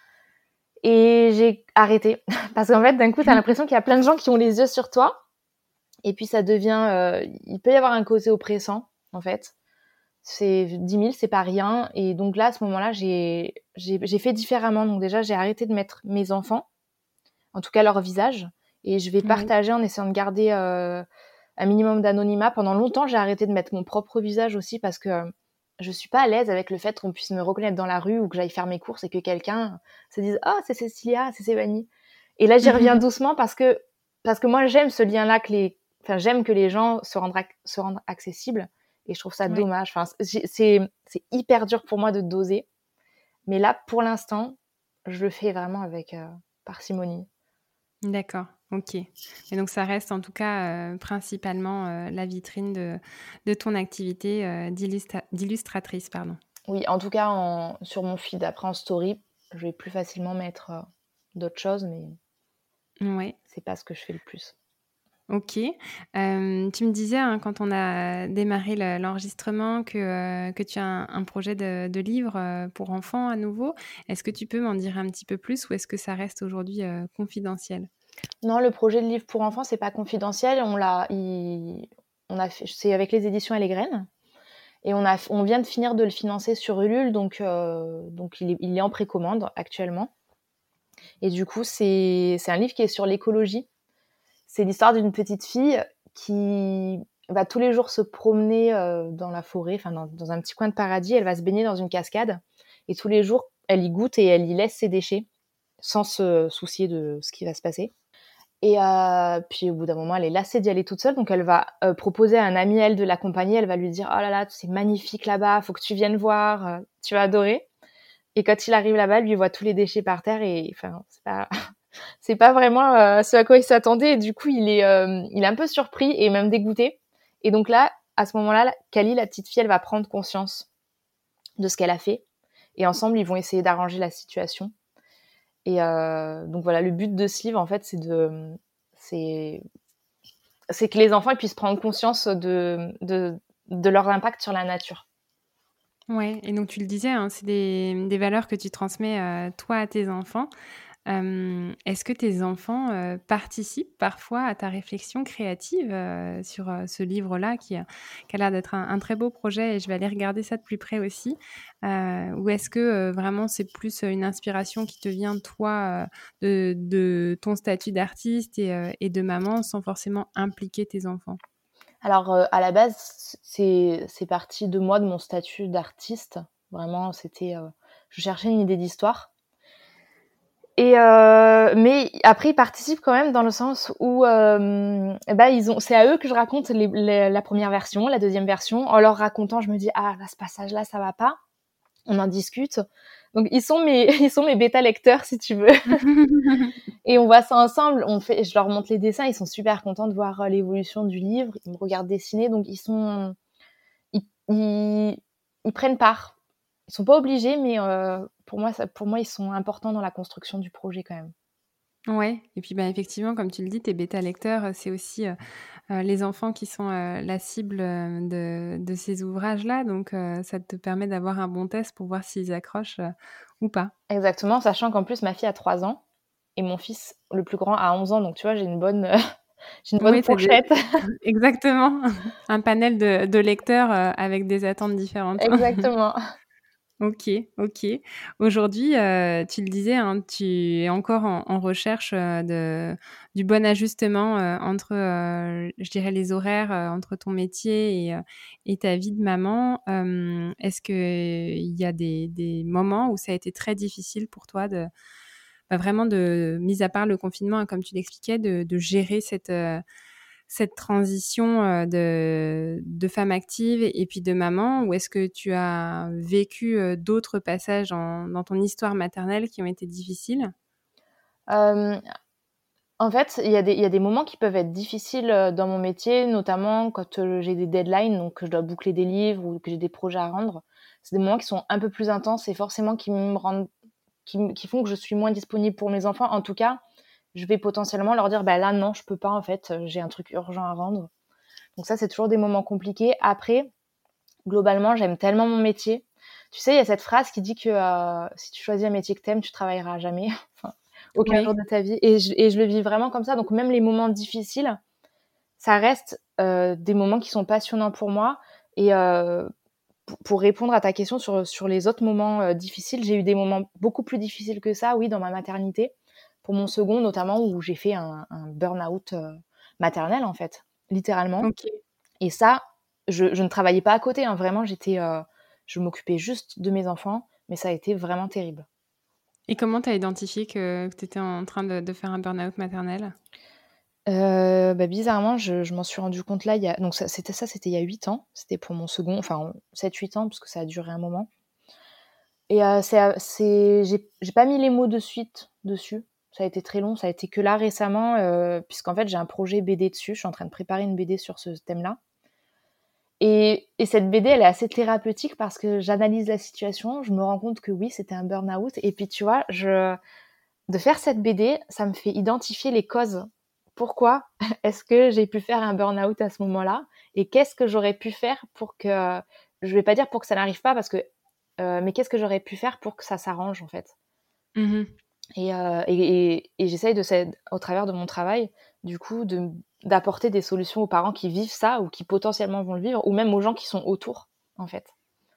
Et j'ai arrêté. Parce qu'en fait, d'un coup, t'as l'impression qu'il y a plein de gens qui ont les yeux sur toi. Et puis, ça devient, euh, il peut y avoir un côté oppressant, en fait. C'est dix mille, c'est pas rien. Et donc là, à ce moment-là, j'ai, j'ai, j'ai fait différemment. Donc déjà, j'ai arrêté de mettre mes enfants, en tout cas leur visage, et je vais Oui. partager en essayant de garder euh, un minimum d'anonymat. Pendant longtemps, j'ai arrêté de mettre mon propre visage aussi parce que euh, je suis pas à l'aise avec le fait qu'on puisse me reconnaître dans la rue ou que j'aille faire mes courses et que quelqu'un se dise «Oh, c'est Cécilia, c'est Sévanie». Et là, j'y reviens doucement parce que, parce que moi, j'aime ce lien-là, que les, enfin, j'aime que les gens se rendent, ac- se rendent accessibles, et je trouve ça Oui. dommage. Enfin, c'est, c'est c'est hyper dur pour moi de doser. Mais là, pour l'instant, je le fais vraiment avec euh, parcimonie. D'accord, OK. Et donc ça reste en tout cas, heu, principalement, heu, la vitrine de de ton activité, heu, d'illustra d'illustratrice, pardon. Oui, en tout cas, en, sur mon feed. Après, en story, je vais plus facilement mettre euh, d'autres choses, mais Ouais, c'est pas ce que je fais le plus. OK. Hem, tu me disais, hein, quand on a démarré le l'enregistrement que, heu, que tu as un un projet de de livre, heu, pour enfants à nouveau. Est-ce que tu peux m'en dire un petit peu plus ou est-ce que ça reste aujourd'hui, heu, confidentiel? Non, le projet de livre pour enfants, c'est pas confidentiel. On l'a, il- on a fait, c'est avec les éditions et les graines. Et on, a, on vient de finir de le financer sur Ulule, donc, euh, donc il, est, il est en précommande actuellement. Et du coup, c'est, c'est un livre qui est sur l'écologie. C'est l'histoire d'une petite fille qui va tous les jours se promener euh, dans la forêt, enfin dans, dans un petit coin de paradis. Elle va se baigner dans une cascade et tous les jours, elle y goûte et elle y laisse ses déchets sans se soucier de ce qui va se passer. Et euh, puis au bout d'un moment, elle est lassée d'y aller toute seule, donc elle va euh, proposer à un ami, elle, de l'accompagner. Elle va lui dire «Oh là là, c'est magnifique là-bas, faut que tu viennes voir, euh, tu vas adorer». Et quand il arrive là-bas, lui, il voit tous les déchets par terre et enfin, c'est pas, c'est pas vraiment euh, ce à quoi il s'attendait. Et du coup, il est, euh, il est un peu surpris et même dégoûté. Et donc là, à ce moment-là, Kali, la petite fille, elle va prendre conscience de ce qu'elle a fait. Et ensemble, ils vont essayer d'arranger la situation. Et euh, donc voilà, le but de ce livre, en fait, c'est de, c'est, c'est que les enfants ils puissent prendre conscience de, de, de leur impact sur la nature. Ouais, et donc tu le disais, hein, c'est des des valeurs que tu transmets, heu, toi à tes enfants. Hem, est-ce que tes enfants, heu, participent parfois à ta réflexion créative, heu, sur, heu, ce livre-là qui a qui a l'air d'être un un très beau projet et je vais aller regarder ça de plus près aussi? Heu, ou est-ce que, heu, vraiment c'est plus, heu, une inspiration qui te vient toi, heu, de de ton statut d'artiste et heu et de maman sans forcément impliquer tes enfants? Alors, heu, à la base, c c'est c'est parti de moi, de mon statut d'artiste. Vraiment, c'était, heu, je cherchais une idée d'histoire et heu, mais après ils participent quand même dans le sens où, hem, et bah, ils ont c'est à eux que je raconte les les la première version, la deuxième version. En leur racontant, je me dis: «Ah là, ce passage-là, ça va pas». On en discute. Donc ils sont mes ils sont mes bêta lecteurs si tu veux et on voit ça ensemble. On fait je leur montre les dessins, ils sont super contents de voir, heu, l'évolution du livre. Ils me regardent dessiner donc ils sont ils ils ils prennent part. Ils sont pas obligés mais heu, pour moi ça pour moi ils sont importants dans la construction du projet quand même. Ouais et puis, bah, effectivement, comme tu le dis, tes bêta lecteurs, heu, c'est aussi, heu heu, les enfants qui sont, heu, la cible, heu, de de ces ouvrages-là donc heu, ça te permet d'avoir un bon test pour voir s'ils accrochent, heu, ou pas. Exactement, sachant qu'en plus ma fille a trois ans et mon fils, le plus grand, a onze ans donc tu vois, j'ai une bonne, heu, j'ai une bonne Oui, tu as des fourchette. exactement, un panel de de lecteurs, heu, avec des attentes différentes. Exactement. OK, OK. Aujourd'hui, heu, tu le disais, hein, tu es encore en en recherche, heu, de du bon ajustement, heu, entre, heu, je dirais les horaires, heu, entre ton métier et heu et ta vie de maman. Hem, est-ce qu'il y a des des moments où ça a été très difficile pour toi de, bah, vraiment de mis à part le confinement, hein, comme tu l'expliquais, de de gérer cette, heu, cette transition, heu, de de femme active et puis de maman? Ou est-ce que tu as vécu, heu, d'autres passages en dans ton histoire maternelle qui ont été difficiles? Hem, en fait, il y a des il y a des moments qui peuvent être difficiles, heu, dans mon métier, notamment quand, heu, j'ai des deadlines, donc que je dois boucler des livres ou que j'ai des projets à rendre. C'est des moments qui sont un peu plus intenses et forcément qui me rendent qui me qui font que je suis moins disponible pour mes enfants. En tout cas, je vais potentiellement leur dire: «Bah, là, non, je peux pas en fait, heu, j'ai un truc urgent à rendre». Donc ça, c'est toujours des moments compliqués. Après, globalement, j'aime tellement mon métier. Tu sais, il y a cette phrase qui dit que, heu, si tu choisis un métier que tu aimes, tu travailleras jamais, enfin, aucun jour Oui. de ta vie et je et je le vis vraiment comme ça. Donc même les moments difficiles, ça reste, heu, des moments qui sont passionnants pour moi et heu, pour pour répondre à ta question sur, sur les autres moments, heu, difficiles, j'ai eu des moments beaucoup plus difficiles que ça, oui, dans ma maternité. Pour mon second, notamment, où j'ai fait un un burn-out, heu, maternel, en fait, littéralement. OK. Et ça, je je ne travaillais pas à côté, hein, vraiment, j'étais, heu, je m'occupais juste de mes enfants, mais ça a été vraiment terrible. Et comment tu as identifié que que tu étais en train de de faire un burn-out maternel? Heu, bah, bizarrement, je je m'en suis rendu compte là, il y a donc ça c'était ça, c'était il y a huit ans, c'était pour mon second, enfin sept huit ans parce que ça a duré un moment et heu, c'est à c'est j'ai j'ai pas mis les mots de suite dessus. Ça a été très long, ça a été que là récemment, heu, puisqu'en fait j'ai un projet B D dessus, je suis en train de préparer une B D sur ce thème-là. Et et cette B D, elle est assez thérapeutique parce que j'analyse la situation, je me rends compte que oui, c'était un burn-out et puis tu vois, je de faire cette B D, ça me fait identifier les causes. Pourquoi est-ce que j'ai pu faire un burn-out à ce moment-là? Et qu'est-ce que j'aurais pu faire pour que je vais pas dire pour que ça n'arrive pas parce que, heu, mais qu'est-ce que j'aurais pu faire pour que ça s'arrange, en fait? Mmh mh. Et heu et et et j'essaye de cette au travers de mon travail, du coup, de d'apporter des solutions aux parents qui vivent ça ou qui potentiellement vont le vivre ou même aux gens qui sont autour, en fait.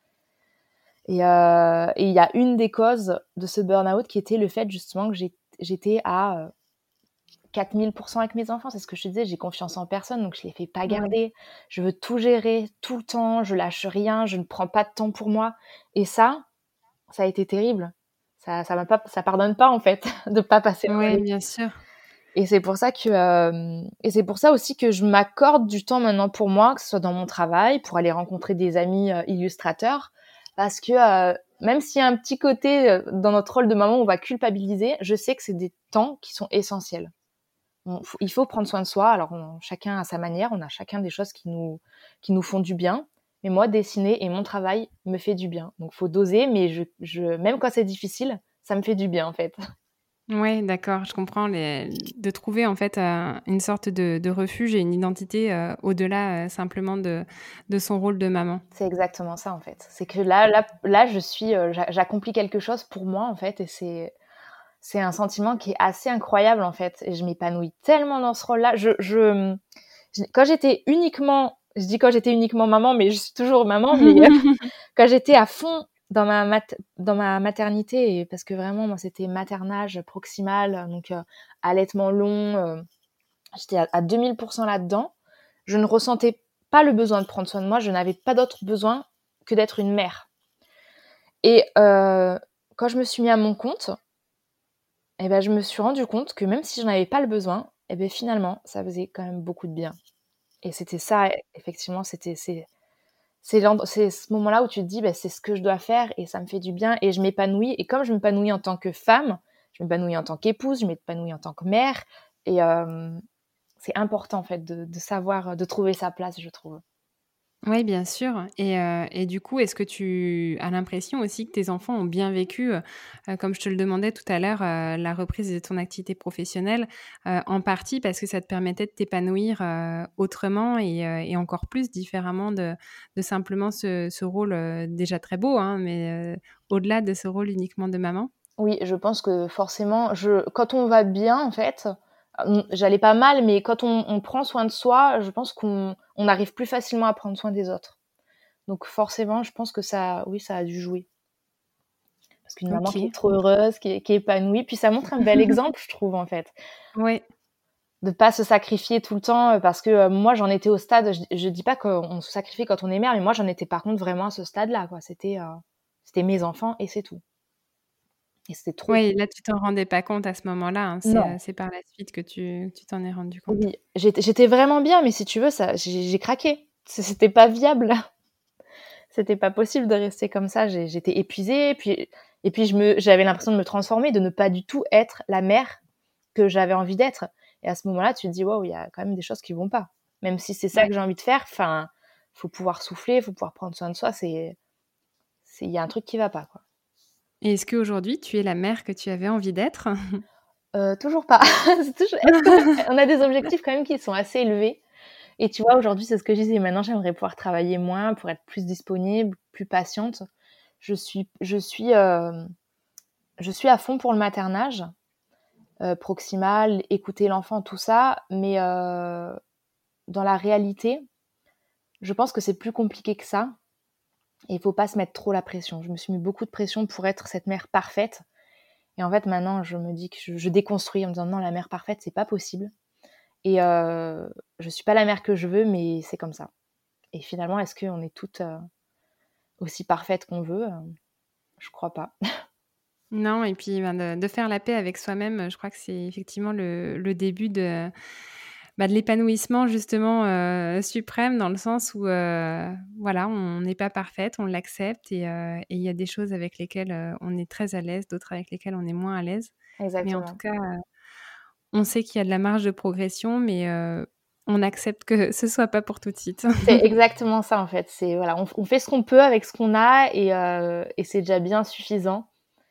Et heu et il y a une des causes de ce burn-out qui était le fait justement que j'ai j'étais à, heu, quatre mille avec mes enfants. C'est ce que je te disais, j'ai confiance en personne, donc je les fais pas Ouais. garder. Je veux tout gérer tout le temps, je lâche rien, je ne prends pas de temps pour moi et ça, ça a été terrible. Ça ça m'a pas ça pardonne pas en fait de pas passer le Ouais, relais. bien sûr. Et c'est pour ça que, hem et c'est pour ça aussi que je m'accorde du temps maintenant pour moi, que ce soit dans mon travail, pour aller rencontrer des amis, heu, illustrateurs. Parce que, heu, même s'il y a un petit côté, heu, dans notre rôle de maman, on va culpabiliser, je sais que c'est des temps qui sont essentiels. On faut il faut prendre soin de soi. Alors on chacun à sa manière, on a chacun des choses qui nous qui nous font du bien. Mais moi, dessiner et mon travail me fait du bien. Donc faut doser, mais je je même quand c'est difficile, ça me fait du bien, en fait. Ouais, d'accord, je comprends les de trouver en fait, heu, une sorte de de refuge et une identité, heu, au-delà, heu, simplement de de son rôle de maman. C'est exactement ça, en fait. C'est que là là là, je suis, heu, j'a j'accomplis quelque chose pour moi, en fait et c'est c'est un sentiment qui est assez incroyable en fait. Et je m'épanouis tellement dans ce rôle-là. Je, je, je quand j'étais uniquement, je dis quand j'étais uniquement maman, mais je suis toujours maman. Mais euh, quand j'étais à fond dans ma mat- dans ma maternité, et parce que vraiment moi c'était maternage proximal, donc euh, allaitement long, euh, j'étais à, à deux mille pour cent là-dedans. Je ne ressentais pas le besoin de prendre soin de moi. Je n'avais pas d'autre besoin que d'être une mère. Et euh, quand je me suis mis à mon compte, eh ben, je me suis rendu compte que même si je n'avais pas le besoin, eh ben, finalement, ça faisait quand même beaucoup de bien. Et c'était ça, effectivement, c'était, c'est, c'est, c'est ce moment-là où tu te dis, ben, c'est ce que je dois faire et ça me fait du bien et je m'épanouis. Et comme je m'épanouis en tant que femme, je m'épanouis en tant qu'épouse, je m'épanouis en tant que mère. Et euh, c'est important, en fait, de, de savoir, de trouver sa place, je trouve. Oui, bien sûr. Et, heu et du coup, est-ce que tu as l'impression aussi que tes enfants ont bien vécu, heu, comme je te le demandais tout à l'heure, heu, la reprise de ton activité professionnelle, heu, en partie parce que ça te permettait de t'épanouir, heu, autrement et heu et encore plus différemment de de simplement ce ce rôle, heu, déjà très beau, hein, mais heu, au-delà de ce rôle uniquement de maman? Oui, je pense que forcément, je quand on va bien, en fait, mmh, j'allais pas mal, mais quand on on prend soin de soi, je pense qu'on on arrive plus facilement à prendre soin des autres. Donc forcément, je pense que ça oui, ça a dû jouer. Parce qu'une maman qui est OK. trop heureuse, qui est qui est épanouie, puis ça montre un bel exemple, je trouve, en fait. Ouais. De pas se sacrifier tout le temps, heu, parce que, heu, moi, j'en étais au stade, je je dis pas qu'on se sacrifie quand on est mère, mais moi, j'en étais par contre vraiment à ce stade-là, quoi. C'était, heu, c'était mes enfants et c'est tout. Et c'était trop Oui, là, tu t'en rendais pas compte à ce moment-là, hein. C'est, non. heu, c'est par la suite que tu que tu t'en es rendu compte. Oui, j'étais j'étais vraiment bien, mais si tu veux, ça j'ai j'ai craqué. C c'était pas viable. C'était pas possible de rester comme ça. J'ai j'étais épuisée, puis et puis je me j'avais l'impression de me transformer, de ne pas du tout être la mère que j'avais envie d'être. Et à ce moment-là, tu te dis: «Waouh, il y a quand même des choses qui vont pas». Même si c'est ça Ouais. que j'ai envie de faire, enfin, faut pouvoir souffler, faut pouvoir prendre soin de soi, c'est c'est il y a un truc qui va pas, quoi. Et est-ce qu'aujourd'hui, tu es la mère que tu avais envie d'être? Heu, toujours pas. C'est toujours est-ce qu'on on a des objectifs quand même qui sont assez élevés. Et tu vois, aujourd'hui, c'est ce que je disais. Maintenant, j'aimerais pouvoir travailler moins pour être plus disponible, plus patiente. Je suis, je suis, euh, je suis à fond pour le maternage, euh, proximal, écouter l'enfant, tout ça. Mais euh, dans la réalité, je pense que c'est plus compliqué que ça. Et il faut pas se mettre trop la pression. Je me suis mis beaucoup de pression pour être cette mère parfaite. Et en fait, maintenant, je me dis que je, je déconstruis en me disant non, la mère parfaite, c'est pas possible. Et euh, je suis pas la mère que je veux, mais c'est comme ça. Et finalement, est-ce qu'on est toutes euh, aussi parfaites qu'on veut? euh, Je crois pas. Non, et puis, ben, de de faire la paix avec soi-même, je crois que c'est effectivement le le début de, bah, de l'épanouissement justement, heu, suprême dans le sens où, heu, voilà, on n'est pas parfaite, on l'accepte et heu et il y a des choses avec lesquelles, heu, on est très à l'aise, d'autres avec lesquelles on est moins à l'aise. Mais en tout Exactement. cas, heu, on sait qu'il y a de la marge de progression, mais heu, on accepte que ce soit pas pour tout de suite. C'est exactement ça en fait. C'est voilà, on, on fait ce qu'on peut avec ce qu'on a et, euh, et c'est déjà bien suffisant.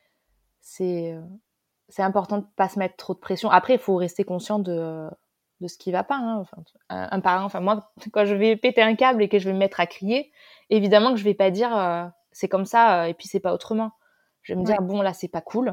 C'est euh, c'est important de pas se mettre trop de pression. Après, il faut rester conscient de de ce qui va pas. Hein. Enfin, un, un parent, enfin moi, quand je vais péter un câble et que je vais me mettre à crier, évidemment que je vais pas dire euh, c'est comme ça euh, et puis c'est pas autrement. Je vais me dire Ouais. bon là c'est pas cool.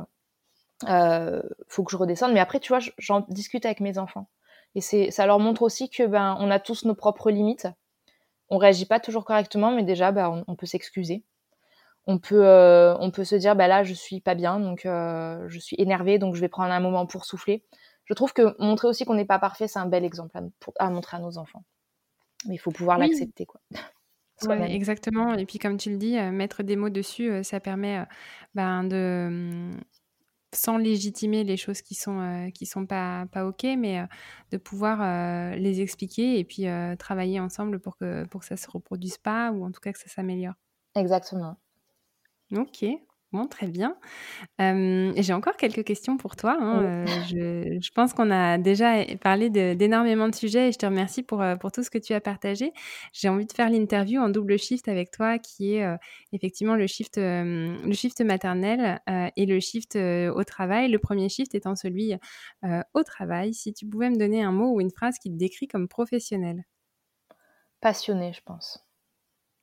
Euh, faut que je redescende. Mais après, tu vois, j'en discute avec mes enfants. Et c'est, ça leur montre aussi que ben, on a tous nos propres limites. On réagit pas toujours correctement, mais déjà, ben, on, on peut s'excuser. On peut, euh, on peut se dire, bah là, je suis pas bien, donc euh, je suis énervée, donc je vais prendre un moment pour souffler. Je trouve que montrer aussi qu'on n'est pas parfait, c'est un bel exemple à, pour, à montrer à nos enfants. Mais il faut pouvoir Oui. l'accepter, quoi, Ouais, soi-même. exactement et puis comme tu le dis, heu, mettre des mots dessus, heu, ça permet, heu, ben, de, mmh, sans légitimer les choses qui sont, heu, qui sont pas pas OK, mais, heu, de pouvoir, heu, les expliquer et puis, heu, travailler ensemble pour que pour que ça se reproduise pas ou en tout cas que ça s'améliore. Exactement. OK, bon très bien. Hem, j'ai encore quelques questions pour toi, Oui. hein, heu, je je pense qu'on a déjà é parlé de d'énormément de sujets et je te remercie pour, heu, pour tout ce que tu as partagé. J'ai envie de faire l'interview en double shift avec toi qui est, heu, effectivement le shift, hem, le shift maternel, heu, et le shift, heu, au travail. Le premier shift étant celui, heu, au travail. Si tu pouvais me donner un mot ou une phrase qui te décrit comme professionnelle? Passionnée, je pense.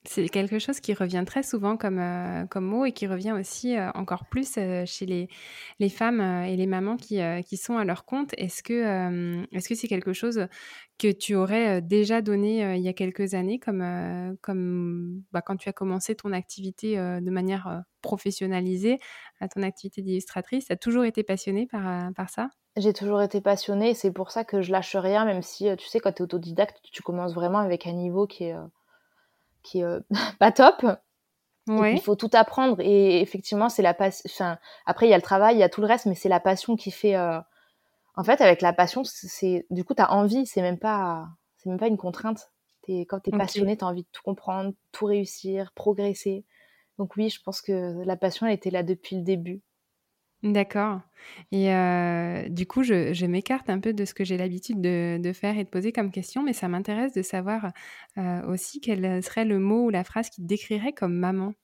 C'est quelque chose qui revient très souvent comme, heu, comme mot et qui revient aussi, heu, encore plus, heu, chez les les femmes, heu, et les mamans qui, heu, qui sont à leur compte. Est-ce que, hem, est-ce que c'est quelque chose que tu aurais, heu, déjà donné, heu, il y a quelques années comme, heu, comme, bah, quand tu as commencé ton activité, heu, de manière, heu, professionnalisée, à ton activité d'illustratrice? Tu as toujours été passionnée par, heu, par ça? J'ai toujours été passionnée et c'est pour ça que je lâche rien, même si, heu, tu sais, quand tu es autodidacte, tu commences vraiment avec un niveau qui est, heu, qui est, heu, pas top et qu'il Ouais, faut tout apprendre et effectivement, c'est la pass enfin, après il y a le travail, il y a tout le reste, mais c'est la passion qui fait, heu en fait, avec la passion, c c'est du coup, tu as envie, c'est même pas c'est même pas une contrainte. Tu es Quand tu es OK. passionné, tu as envie de tout comprendre, tout réussir, progresser. Donc oui, je pense que la passion, elle était là depuis le début. D'accord et heu, du coup, je je m'écarte un peu de ce que j'ai l'habitude de de faire et de poser comme question, mais ça m'intéresse de savoir, heu, aussi quel serait le mot ou la phrase qui te décrirait comme maman?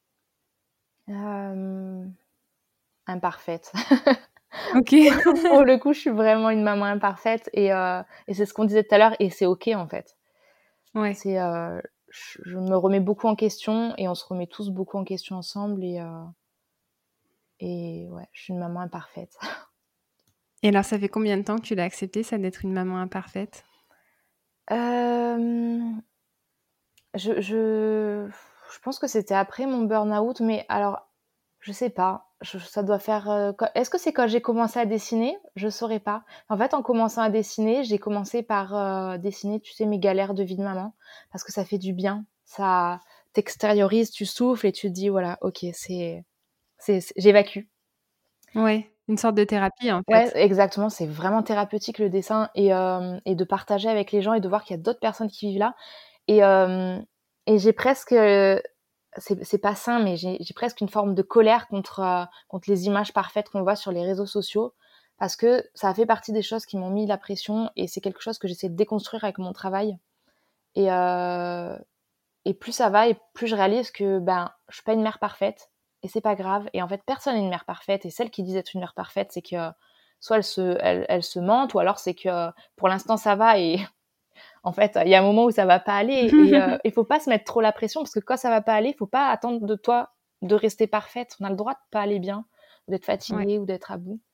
Hem, Imparfaite. OK. Pour le coup, je suis vraiment une maman imparfaite et heu et c'est ce qu'on disait tout à l'heure et c'est OK, en fait. Ouais. C'est, heu, je je me remets beaucoup en question et on se remet tous beaucoup en question ensemble et heu et ouais, je suis une maman imparfaite. Et alors ça fait combien de temps que tu l'as accepté ça d'être une maman imparfaite? Hem, je je je pense que c'était après mon burn-out, mais alors, je sais pas, je ça doit faire, heu, quand est-ce que c'est quand j'ai commencé à dessiner? Je saurais pas. En fait, en commençant à dessiner, j'ai commencé par, heu, dessiner, tu sais, mes galères de vie de maman, parce que ça fait du bien. Ça t'extériorises, tu souffles et tu te dis: «Voilà, OK, c'est c'est c'est j'évacue». Ouais, une sorte de thérapie en Ouais, fait? exactement, c'est vraiment thérapeutique le dessin et hem et de partager avec les gens et de voir qu'il y a d'autres personnes qui vivent là et hem et j'ai presque, heu, c'est c'est pas sain, mais j'ai j'ai presque une forme de colère contre, heu, contre les images parfaites qu'on voit sur les réseaux sociaux parce que ça a fait partie des choses qui m'ont mis la pression et c'est quelque chose que j'essaie de déconstruire avec mon travail et heu et plus ça va et plus je réalise que, ben, je suis pas une mère parfaite et c'est pas grave et en fait, personne n'est une mère parfaite et celles qui disent être une mère parfaite, c'est que soit elles se elles elles se mentent ou alors c'est que, pour l'instant, ça va et en fait, il y a un moment où ça va pas aller et heu, il faut pas se mettre trop la pression parce que quand ça va pas aller, il faut pas attendre de toi de rester parfaite. On a le droit de pas aller bien, d'être Ouais. fatigué ou d'être à bout.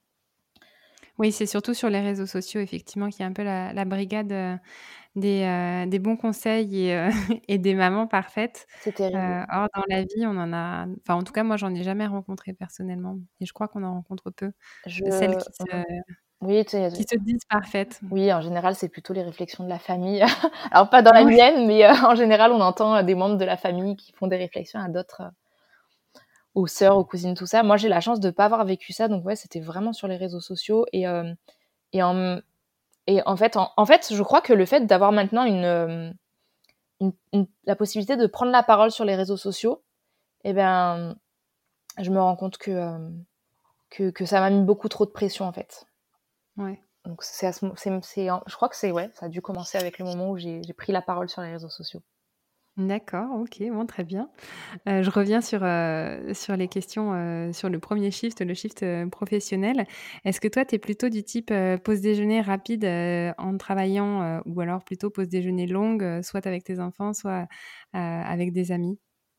Oui, c'est surtout sur les réseaux sociaux effectivement qu'il y a un peu la la brigade, heu, des, heu, des bons conseils et heu et des mamans parfaites. C'est Heu, terrible. or dans la vie, on en a enfin, en tout cas, moi, j'en ai jamais rencontré personnellement et je crois qu'on en rencontre peu, Je de celles qui mmh, se oui, tu sais, qui se disent parfaites. oui, en général, c'est plutôt les réflexions de la famille. Alors pas dans la Ouais. mienne, mais heu, en général, on entend, heu, des membres de la famille qui font des réflexions à d'autres, heu, aux sœurs, aux cousines, tout ça. Moi, j'ai la chance de pas avoir vécu ça, donc ouais, c'était vraiment sur les réseaux sociaux et hem et en et en fait en en fait, je crois que le fait d'avoir maintenant une, hem, une une la possibilité de prendre la parole sur les réseaux sociaux et ben, je me rends compte que, hem, que que ça m'a mis beaucoup trop de pression, en fait. Ouais. Donc c'est à ce mo c'est c'est en je crois que c'est ouais, ça a dû commencer avec le moment où j'ai j'ai pris la parole sur les réseaux sociaux. D'accord, OK, bon, très bien. Heu, je reviens sur, heu, sur les questions, heu, sur le premier shift, le shift, heu, professionnel. Est-ce que toi, tu es plutôt du type, heu, pause déjeuner rapide, heu, en travaillant, heu, ou alors plutôt pause déjeuner longue, heu, soit avec tes enfants, soit, heu, avec des amis?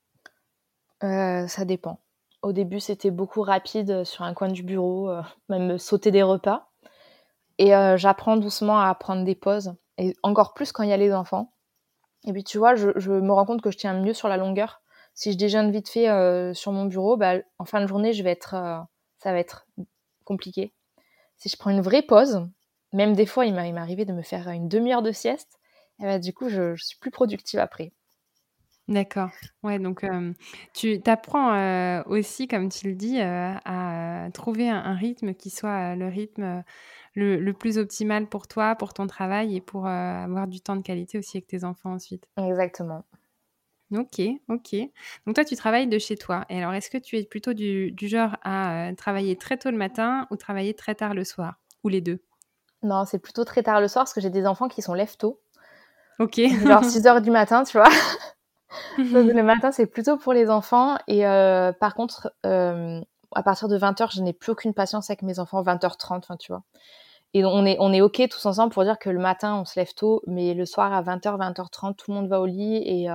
Heu, ça dépend. Au début, c'était beaucoup rapide, heu, sur un coin du bureau, heu, même sauter des repas et heu, j'apprends doucement à prendre des pauses et encore plus quand il y a les enfants et puis, tu vois, je je me rends compte que je tiens mieux sur la longueur. Si je déjeune vite fait, heu, sur mon bureau, bah, en fin de journée, je vais être, heu, ça va être compliqué. Si je prends une vraie pause, même des fois, il m'est il m'est arrivé de me faire une demi heure de sieste et bah, du coup, je je suis plus productive après. D'accord. Ouais, donc hem, tu apprends, heu, aussi, comme tu le dis, heu, à, heu, trouver un un rythme qui soit, heu, le rythme, heu, le le plus optimal pour toi, pour ton travail et pour, heu, avoir du temps de qualité aussi avec tes enfants ensuite. Exactement. OK, OK. Donc toi, tu travailles de chez toi et alors est-ce que tu es plutôt du du genre à, heu, travailler très tôt le matin ou travailler très tard le soir? Ou les deux? Non, c'est plutôt très tard le soir parce que j'ai des enfants qui sont lève-tôt. OK. Genre six heures du matin, tu vois? Donc le matin, c'est plutôt pour les enfants et heu, par contre, hem, à partir de vingt heures, je n'ai plus aucune patience avec mes enfants, vingt heures trente, enfin, tu vois? Et on est on est OK tous ensemble pour dire que le matin, on se lève tôt, mais le soir à vingt heures, vingt heures trente, tout le monde va au lit et heu,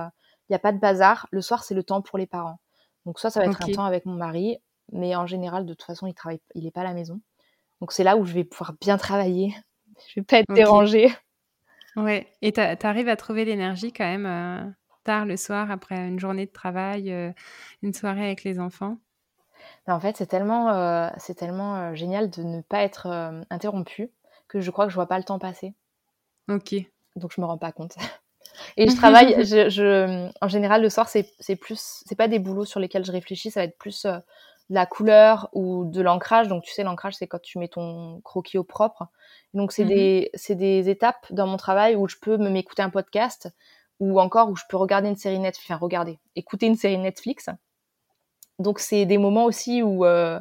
il n'y a pas de bazar. Le soir, c'est le temps pour les parents. Donc soit ça va être Ok. un temps avec mon mari, mais en général, de toute façon, il travaille, il n'est pas à la maison. Donc c'est là où je vais pouvoir bien travailler. Je vais pas être Ok. dérangée. Ouais. Et t'a- t'arrives à trouver l'énergie quand même euh, tard le soir après une journée de travail, euh, une soirée avec les enfants? Mais en fait, c'est tellement, euh, c'est tellement euh, génial de ne pas être euh, interrompue que je crois que je vois pas le temps passer. Ok. Donc je me rends pas compte. Et je travaille, je, je, en général, le soir, c'est, c'est plus, c'est pas des boulots sur lesquels je réfléchis, ça va être plus euh, de la couleur ou de l'ancrage. Donc, tu sais, l'ancrage, c'est quand tu mets ton croquis au propre. Donc, c'est Mhm. des, c'est des étapes dans mon travail où je peux me m'écouter un podcast ou encore où je peux regarder une série Netflix, enfin, regarder, écouter une série Netflix. Donc, c'est des moments aussi où, euh,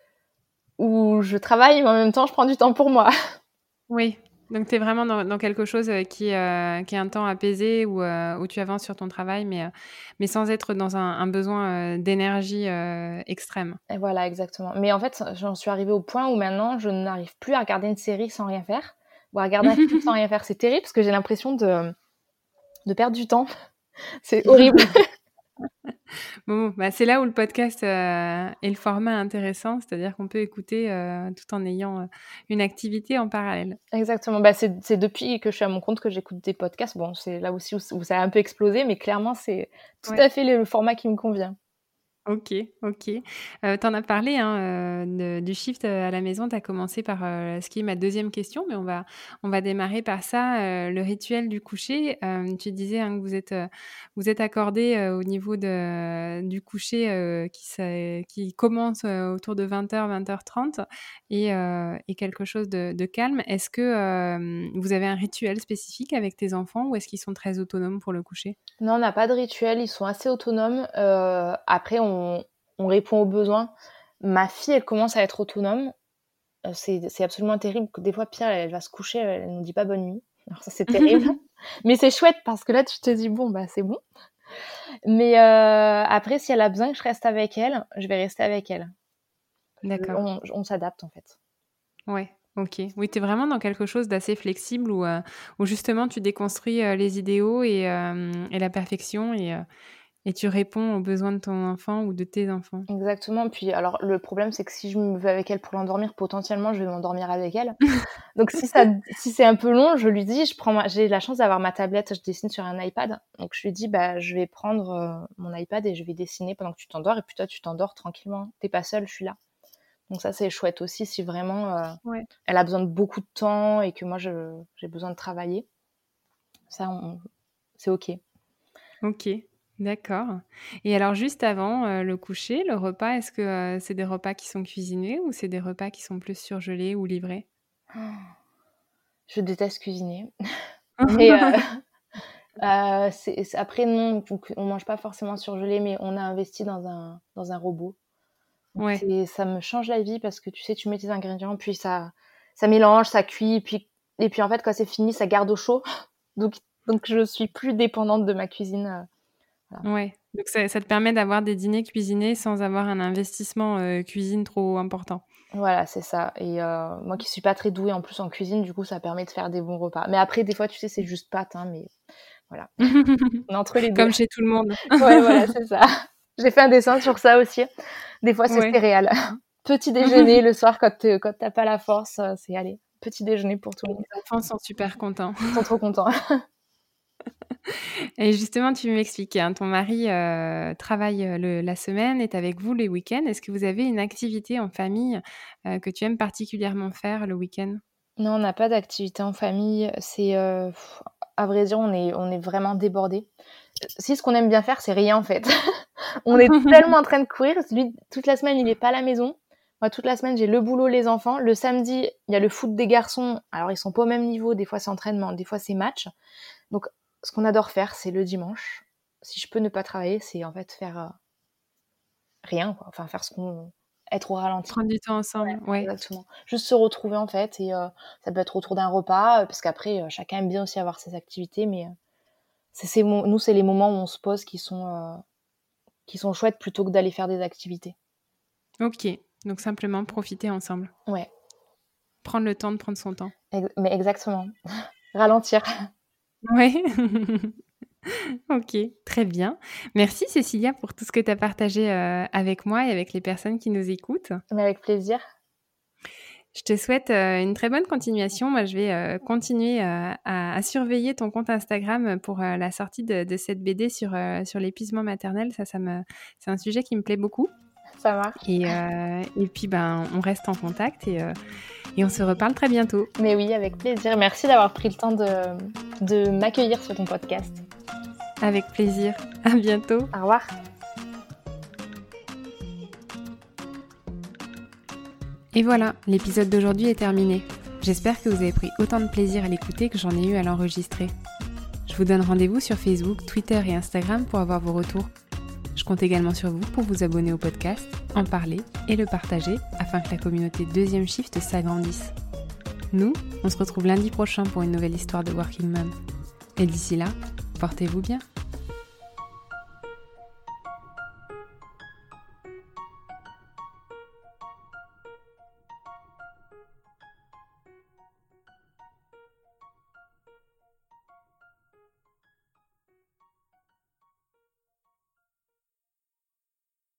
où je travaille, mais en même temps, je prends du temps pour moi. Oui. Donc, tu es vraiment dans, dans quelque chose euh, qui, euh, qui est un temps apaisé où, euh, où tu avances sur ton travail, mais, euh, mais sans être dans un, un besoin euh, d'énergie euh, extrême. Et voilà, exactement. Mais en fait, j'en suis arrivée au point où maintenant, je n'arrive plus à regarder une série sans rien faire ou à regarder un film sans rien faire. C'est terrible parce que j'ai l'impression de, de perdre du temps. C'est horrible. Bon, bah, c'est là où le podcast euh, est le format intéressant, c'est-à-dire qu'on peut écouter euh, tout en ayant euh, une activité en parallèle. Exactement. Bah, c'est, c'est depuis que je suis à mon compte que j'écoute des podcasts. Bon, c'est là aussi où, où ça a un peu explosé, mais clairement, c'est tout Ouais. à fait le, le format qui me convient. Ok, ok. Euh, t'en as parlé hein, euh, de- du shift euh, à la maison. Tu as commencé par euh, ce qui est ma deuxième question, mais on va, on va démarrer par ça. Euh, le rituel du coucher. Euh, tu disais hein, que vous êtes, euh, vous êtes accordé euh, au niveau de, du coucher euh, qui, s'a- qui commence euh, autour de vingt heures, vingt heures trente et, euh, et quelque chose de, de calme. Est-ce que euh, vous avez un rituel spécifique avec tes enfants ou est-ce qu'ils sont très autonomes pour le coucher? Non, on n'a pas de rituel. Ils sont assez autonomes. Euh, après, on, on répond aux besoins. Ma fille, elle commence à être autonome. Euh, C'est, c'est absolument terrible. Des fois, Pierre, elle, elle va se coucher, elle ne nous dit pas bonne nuit. Alors ça, c'est terrible. Mais c'est chouette parce que là, tu te dis, bon, bah, c'est bon. Mais euh, après, si elle a besoin que je reste avec elle, je vais rester avec elle. D'accord. On, on s'adapte, en fait. Ouais, OK. Oui, tu es vraiment dans quelque chose d'assez flexible où, heu, où justement tu déconstruis, heu, les idéaux et hem et la perfection et heu et tu réponds aux besoins de ton enfant ou de tes enfants. Exactement. Puis, alors, le problème, c'est que si je me vais avec elle pour l'endormir, potentiellement, je vais m'endormir avec elle. Donc, si, ça, si c'est un peu long, je lui dis, je prends ma- j'ai la chance d'avoir ma tablette, je dessine sur un iPad. Donc, je lui dis, bah, je vais prendre euh, mon iPad et je vais dessiner pendant que tu t'endors. Et puis, toi, tu t'endors tranquillement. T'es pas seule, je suis là. Donc, ça, c'est chouette aussi si vraiment euh, Ouais. elle a besoin de beaucoup de temps et que moi, je, j'ai besoin de travailler. Ça, on- c'est OK. OK, d'accord et alors juste avant, heu, le coucher, le repas, est-ce que, heu, c'est des repas qui sont cuisinés ou c'est des repas qui sont plus surgelés ou livrés? Je déteste cuisiner. Mais euh, euh, c'est, c'est- après, non, donc, on mange pas forcément surgelé, mais on a investi dans un, dans un robot. Donc, Ouais, c'est, ça me change la vie parce que tu sais, tu mets tes ingrédients, puis ça, ça mélange, ça cuit, et puis, et puis en fait, quand c'est fini, ça garde au chaud. Donc, donc je suis plus dépendante de ma cuisine. euh, Voilà, ouais, donc ça ça te permet d'avoir des dîners cuisinés sans avoir un investissement, heu, cuisine trop important? Voilà, c'est ça. Et euh, moi qui suis pas très douée en plus en cuisine, du coup, ça permet de faire des bons repas. Mais après, des fois, tu sais, c'est juste pâtes, hein, mais voilà. On est entre les deux. Comme chez tout le monde. Ouais, voilà, c'est ça. J'ai fait un dessin sur ça aussi. Des fois, c'est Ouais. céréales. Petit déjeuner le soir quand, t'es- quand t'as pas la force, euh, c'est aller. Petit déjeuner pour tout le monde. Les enfants sont super contents. Ils sont trop contents. Et justement, tu m'expliquais, hein, ton mari euh, travaille euh, le- la semaine, est avec vous les week-ends. Est-ce que vous avez une activité en famille euh, que tu aimes particulièrement faire le week-end? Non, on n'a pas d'activité en famille. C'est, euh, pff, à vrai dire, on est, on est vraiment débordés. Si ce qu'on aime bien faire, c'est rien en fait. On est tellement en train de courir. Lui, toute la semaine, il est pas à la maison. Moi, toute la semaine, j'ai le boulot, les enfants. Le samedi, il y a le foot des garçons. Alors, ils sont pas au même niveau. Des fois, c'est entraînement, des fois, c'est match. Donc, ce qu'on adore faire, c'est le dimanche. Si je peux ne pas travailler, c'est en fait faire euh, rien, quoi. Enfin, faire ce qu'on... être au ralenti. Prendre du temps Ouais, ensemble, ouais. exactement. Juste se retrouver, en fait. Et euh, ça peut être autour d'un repas, euh, parce qu'après, euh, chacun aime bien aussi avoir ses activités. Mais euh, c'est, c'est mo- nous, c'est les moments où on se pose qui sont, euh, qui sont chouettes plutôt que d'aller faire des activités. Ok, donc simplement profiter ensemble. Ouais, Prendre le temps de prendre son temps. ex- mais exactement. Ralentir. Ouais. Ok, très bien. Merci Cécilia pour tout ce que tu as partagé euh, avec moi et avec les personnes qui nous écoutent. Mais avec plaisir. Je te souhaite euh, une très bonne continuation. Moi, je vais euh, continuer euh, à, à surveiller ton compte Instagram pour euh, la sortie de, de cette B D sur, euh, sur l'épuisement maternel. Ça, ça me, c'est un sujet qui me plaît beaucoup. Ça marche. Et, euh, et puis, ben, on reste en contact et, euh, et on se reparle très bientôt. Mais oui, avec plaisir. Merci d'avoir pris le temps de, de m'accueillir sur ton podcast. Avec plaisir. À bientôt. Au revoir. Et voilà, l'épisode d'aujourd'hui est terminé. J'espère que vous avez pris autant de plaisir à l'écouter que j'en ai eu à l'enregistrer. Je vous donne rendez-vous sur Facebook, Twitter et Instagram pour avoir vos retours. Je compte également sur vous pour vous abonner au podcast, en parler et le partager afin que la communauté Deuxième Shift s'agrandisse. Nous, on se retrouve lundi prochain pour une nouvelle histoire de Working Mom. Et d'ici là, portez-vous bien.